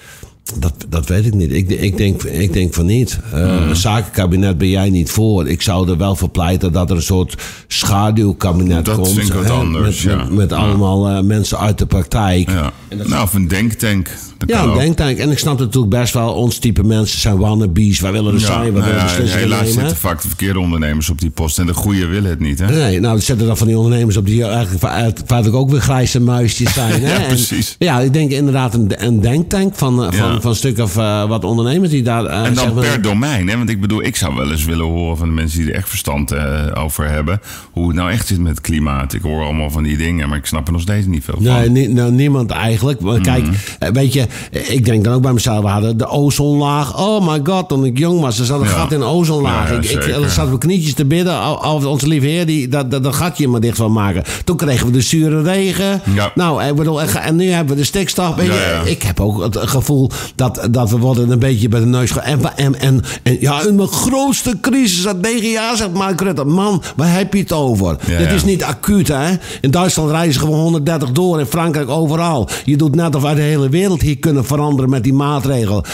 Dat weet ik niet. Ik denk van niet. Een zakenkabinet ben jij niet voor. Ik zou er wel voor pleiten dat er een soort schaduwkabinet komt. Dat vind ik wat anders, met allemaal mensen uit de praktijk. Ja. Nou, of een denktank. Ja, een denktank. En ik snap natuurlijk best wel, ons type mensen zijn wannabes. Wij willen er zijn, we willen beslissingen nemen. Helaas zitten vaak de verkeerde ondernemers op die post. En de goede willen het niet, hè? Nee, nou, er zitten dan van die ondernemers op die eigenlijk ook weer grijze muisjes zijn. Hè? Ja, precies. En, ja, ik denk inderdaad een denktank van een stuk of wat ondernemers die daar... en dan per domein, hè? Want ik bedoel, ik zou wel eens willen horen van de mensen die er echt verstand over hebben. Hoe het nou echt zit met het klimaat. Ik hoor allemaal van die dingen, maar ik snap er nog steeds niet veel van. Nee, niemand eigenlijk. Maar kijk, weet je, ik denk dan ook bij mezelf, we hadden de ozonlaag. Oh my god, toen ik jong was, er zat een gat in de ozonlaag. Ja, ik zat op mijn knietjes te bidden, of onze lieve heer, dat gatje maar dicht wil maken. Toen kregen we de zure regen. Ja. Nou, ik bedoel, en nu hebben we de stikstof. Ik heb ook het gevoel dat we worden een beetje bij de neus gaan. En in mijn grootste crisis uit 9 jaar, zegt Mark Rutte. Man, waar heb je het over? Dit is niet acuut, hè? In Duitsland reizen gewoon 130 door, in Frankrijk overal. Je doet net of wij de hele wereld hier kunnen veranderen met die maatregel.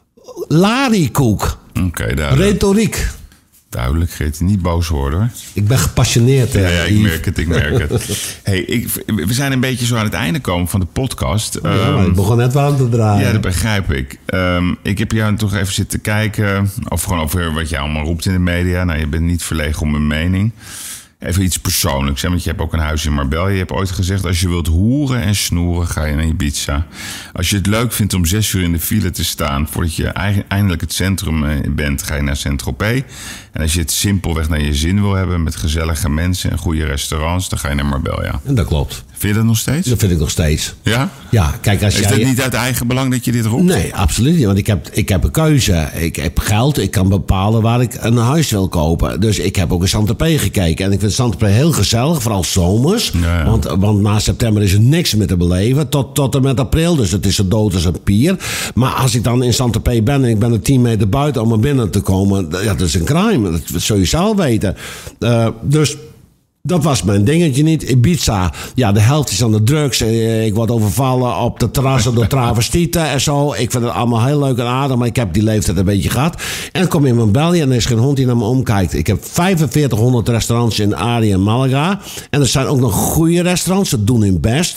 Lariekoek. Oké, duidelijk. Retoriek. Duidelijk, Geert. Niet boos worden, hoor. Ik ben gepassioneerd. Ja, ik merk het. Hey, we zijn een beetje zo aan het einde komen van de podcast. Maar ik begon net warm te draaien. Ja, dat begrijp ik. Ik heb jou toch even zitten kijken. Of gewoon over wat jij allemaal roept in de media. Nou, je bent niet verlegen om een mening. Even iets persoonlijks, hè? Want je hebt ook een huis in Marbella. Je hebt ooit gezegd, als je wilt hoeren en snoeren, ga je naar Ibiza. Als je het leuk vindt om 6 uur in de file te staan voordat je eindelijk het centrum bent, ga je naar Saint-Tropez. En als je het simpelweg naar je zin wil hebben met gezellige mensen en goede restaurants, dan ga je naar Marbella. En dat klopt. Vind je dat nog steeds? Dat vind ik nog steeds. Ja? Ja, kijk, Is dat niet uit eigen belang dat je dit roept? Nee, absoluut niet. Want ik heb een keuze. Ik heb geld. Ik kan bepalen waar ik een huis wil kopen. Dus ik heb ook in Saint-Tropez gekeken. En ik vind Saint-Tropez heel gezellig, vooral zomers. Ja. Want na september is er niks meer te beleven. Tot en met april. Dus het is zo dood als een pier. Maar als ik dan in Saint-Tropez ben en ik ben er 10 meter buiten om er binnen te komen. Ja, dat is een crime. Dat zul je zelf weten. Dus... dat was mijn dingetje niet. Ibiza, ja, de helft is aan de drugs. Ik word overvallen op de terrassen door travestieten en zo. Ik vind het allemaal heel leuk en aardig, maar ik heb die leeftijd een beetje gehad. En dan kom je in Marbella en er is geen hond die naar me omkijkt. Ik heb 4500 restaurants in Arie en Malaga. En er zijn ook nog goede restaurants, ze doen hun best.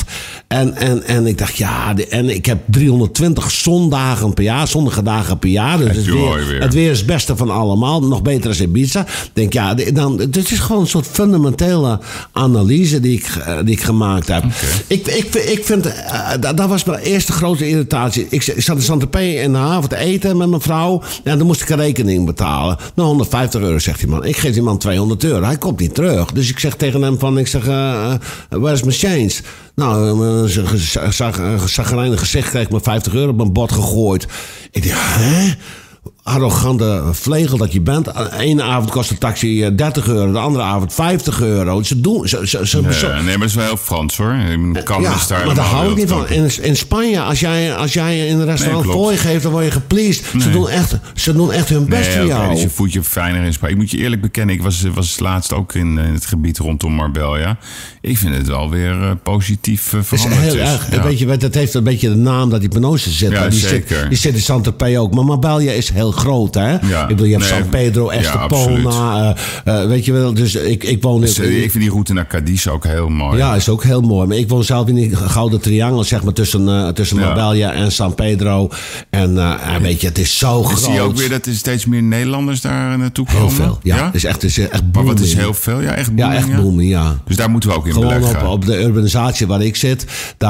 En ik dacht, ja, en ik heb 320 zondagen per jaar, zonnige dagen per jaar. Dus het weer is het beste van allemaal. Nog beter als Ibiza. Ik denk, ja, het is gewoon een soort fundamenteel analyse die ik gemaakt heb. Okay. Ik vind, dat was mijn eerste grote irritatie. Ik zat in Saint-Tropez in de haven te eten met mijn vrouw. En dan moest ik een rekening betalen. Nou, 150 euro, zegt die man. Ik geef die man 200 euro. Hij komt niet terug. Dus ik zeg tegen hem van, where's my change? Nou, een zagrijnig gezicht kreeg ik me 50 euro op mijn bord gegooid. Ik dacht, hè? Arrogante vlegel dat je bent. De ene avond kost de taxi 30 euro, de andere avond 50 euro. Ze doen... Nee, maar dat is wel heel Frans, hoor. Kan maar daar hou ik niet van. In Spanje, als jij in een restaurant fooi geeft, dan word je gepleased. Nee. Ze doen echt hun best voor jou. Dus je voelt je fijner in Spanje. Ik moet je eerlijk bekennen, ik was laatst ook in het gebied rondom Marbella. Ik vind het wel weer positief veranderd. Het is heel erg. Ja. Weet je, dat heeft een beetje de naam dat die Penose zit. Ja, zeker. Die zit in Saint-Tropez ook. Maar Marbella is heel groot, hè? Ja. Ik bedoel, je hebt San Pedro, Estepona. Weet je wel, dus ik woon... Dus, ik vind die route naar Cadiz ook heel mooi. Ja, is ook heel mooi. Maar ik woon zelf in die gouden triangel, zeg maar, tussen Marbella en San Pedro. En weet je, het is zo groot. Zie je ook weer dat er steeds meer Nederlanders daar naartoe komen? Heel veel, ja. Het is echt booming. Maar wat is heel veel? Ja, echt booming. Ja, echt booming, ja. Dus daar moeten we ook in beleggen. Gewoon op de urbanisatie waar ik zit,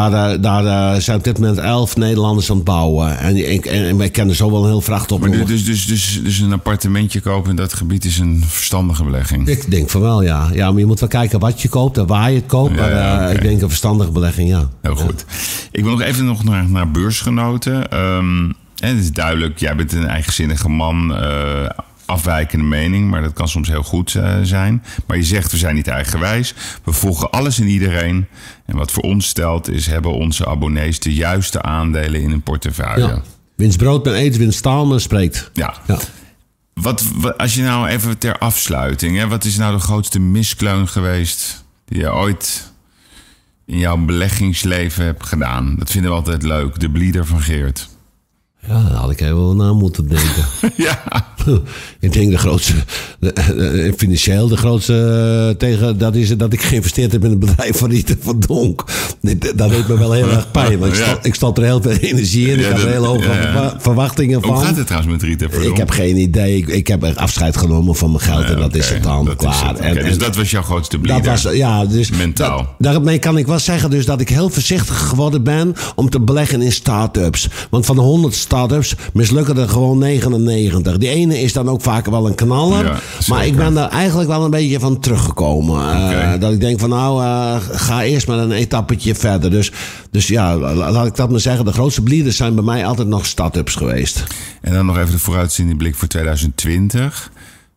daar zijn op dit moment 11 Nederlanders aan het bouwen. En wij kennen zo wel een heel vracht op. Maar dus een appartementje kopen in dat gebied is een verstandige belegging? Ik denk van wel, ja. Ja, maar je moet wel kijken wat je koopt en waar je het koopt. Maar ik denk een verstandige belegging, ja. Heel goed. Ik wil nog even naar beursgenoten. Het is duidelijk, jij bent een eigenzinnige man, afwijkende mening, maar dat kan soms heel goed zijn. Maar je zegt, we zijn niet eigenwijs. We volgen alles en iedereen. En wat voor ons stelt is, hebben onze abonnees de juiste aandelen in hun portefeuille? Ja. Winst brood men eet, winst staal men spreekt. Ja. Wat, als je nou even ter afsluiting, wat is nou de grootste miskleun geweest die je ooit in jouw beleggingsleven hebt gedaan? Dat vinden we altijd leuk. De bleeder van Geert. Ja, daar had ik even wel na moeten denken. Ja. Ik denk financieel de grootste tegen dat is dat ik geïnvesteerd heb in het bedrijf van Rieter van Donk. Dat deed me wel heel erg pijn. Want ik stond er heel veel energie in. Ik had er heel hoge verwachtingen van. Hoe gaat het trouwens met Rieter van Donk? Ik heb geen idee. Ik heb afscheid genomen van mijn geld en dat is het dan klaar. Dus dat was jouw grootste bleeder? Dus mentaal. Daarmee kan ik wel zeggen dus dat ik heel voorzichtig geworden ben om te beleggen in start-ups. Want van de 100 start-ups mislukken er gewoon 99. Die ene is dan ook vaak wel een knaller. Ja, maar ik ben daar eigenlijk wel een beetje van teruggekomen. Dat ik denk van ga eerst maar een etappetje verder. Dus ja, laat ik dat maar zeggen. De grootste bleeders zijn bij mij altijd nog start-ups geweest. En dan nog even de vooruitziende blik voor 2020.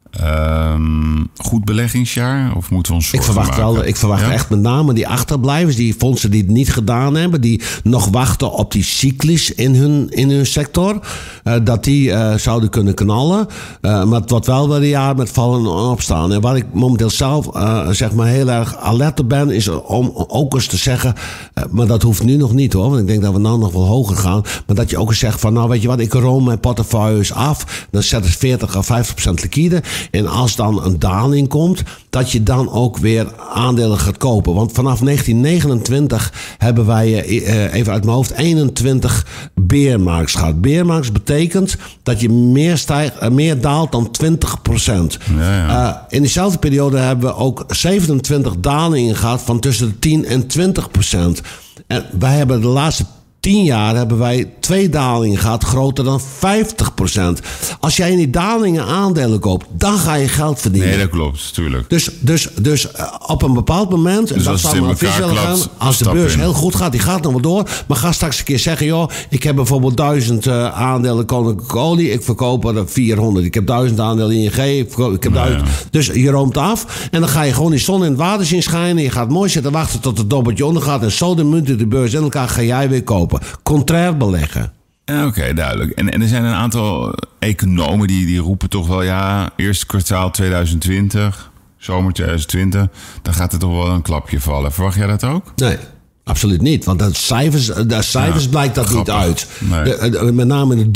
Goed beleggingsjaar? Of moeten we ons zorgen maken? Ik verwacht echt met name die achterblijvers, die fondsen die het niet gedaan hebben, die nog wachten op die cyclus in hun sector, dat die zouden kunnen knallen. Maar het wordt wel weer een jaar met vallen en opstaan. En waar ik momenteel zelf zeg maar heel erg alert op ben, is om ook eens te zeggen, maar dat hoeft nu nog niet hoor, want ik denk dat we nou nog wel hoger gaan, maar dat je ook eens zegt van nou weet je wat, ik room mijn portefeuilles af, dan zet het 40 of 50% liquide. En als dan een daling komt, dat je dan ook weer aandelen gaat kopen. Want vanaf 1929 hebben wij, even uit mijn hoofd, 21 beermarks gehad. Beermarks betekent dat je meer daalt dan 20%. Ja. In diezelfde periode hebben we ook 27 dalingen gehad van tussen de 10 en 20%. En wij hebben de laatste 10 jaar hebben wij 2 dalingen gehad, groter dan 50%. Als jij in die dalingen aandelen koopt, dan ga je geld verdienen. Nee, dat klopt, tuurlijk. Dus op een bepaald moment, dus dat zal mijn advies willen gaan, als de beurs heel goed gaat, die gaat nog wel door, maar ga straks een keer zeggen, joh, ik heb bijvoorbeeld 1000 aandelen Koninklijke Olie, ik verkoop er 400. Ik heb 1000 aandelen ING, ik heb 1000. Dus je roomt af en dan ga je gewoon die zon in het water zien schijnen, je gaat mooi zitten wachten tot het dobbeltje ondergaat en zo de munten de beurs in elkaar ga jij weer kopen. Contrair beleggen. Oké, duidelijk. En er zijn een aantal economen die roepen toch wel, ja, eerste kwartaal 2020, zomer 2020, dan gaat er toch wel een klapje vallen. Verwacht jij dat ook? Nee. Absoluut niet, want de cijfers blijkt dat grappig. Niet uit. Nee. Met name in de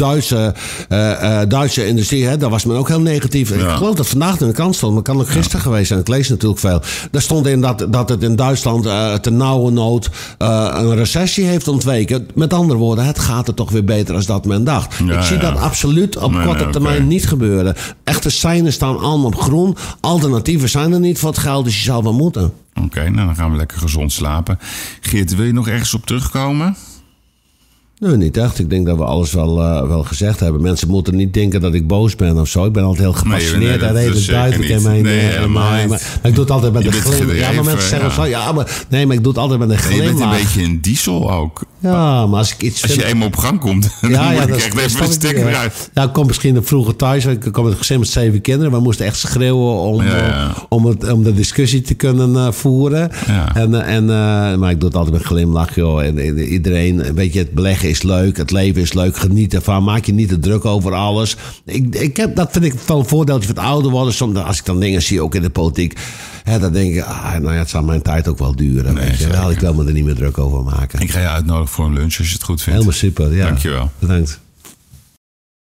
Duitse industrie, daar was men ook heel negatief. Ja. Ik geloof dat vandaag in de krant stond, maar kan ook gisteren geweest zijn. Ik lees natuurlijk veel. Daar stond in dat het in Duitsland ten nauwe nood een recessie heeft ontweken. Met andere woorden, het gaat er toch weer beter als dat men dacht. Ik zie dat absoluut op korte termijn niet gebeuren. Echte seinen staan allemaal op groen. Alternatieven zijn er niet voor het geld, dus je zal wel moeten. Oké, nou dan gaan we lekker gezond slapen. Geert, wil je nog ergens op terugkomen? Nee, niet echt. Ik denk dat we alles wel gezegd hebben. Mensen moeten niet denken dat ik boos ben of zo. Ik ben altijd heel gepassioneerd en redelijk duidelijk in mijn... maar ik doe het altijd met een glimlach. Ja, maar mensen zeggen zo... Ja, maar ik doe het altijd met een glimlach. Je bent een beetje een diesel ook. Ja, maar als ik iets Als je eenmaal op gang komt, dan moet ik echt even de stekker eruit. Ja, ik kom misschien vroeger thuis. Ik kom met een gezin met 7 kinderen. We moesten echt schreeuwen om de discussie te kunnen voeren. Ja. Maar ik doe het altijd met een glimlach, joh. En iedereen, weet je, het beleggen is leuk. Het leven is leuk. Geniet ervan. Maak je niet te druk over alles. Dat vind ik wel een voordeeltje van het ouder worden. Soms, als ik dan dingen zie, ook in de politiek. Dan denk ik, het zal mijn tijd ook wel duren. Nee, weet je wel. Ik wil me er niet meer druk over maken. Ik ga je uitnodigen voor een lunch als je het goed vindt. Helemaal super, ja. Dankjewel. Bedankt.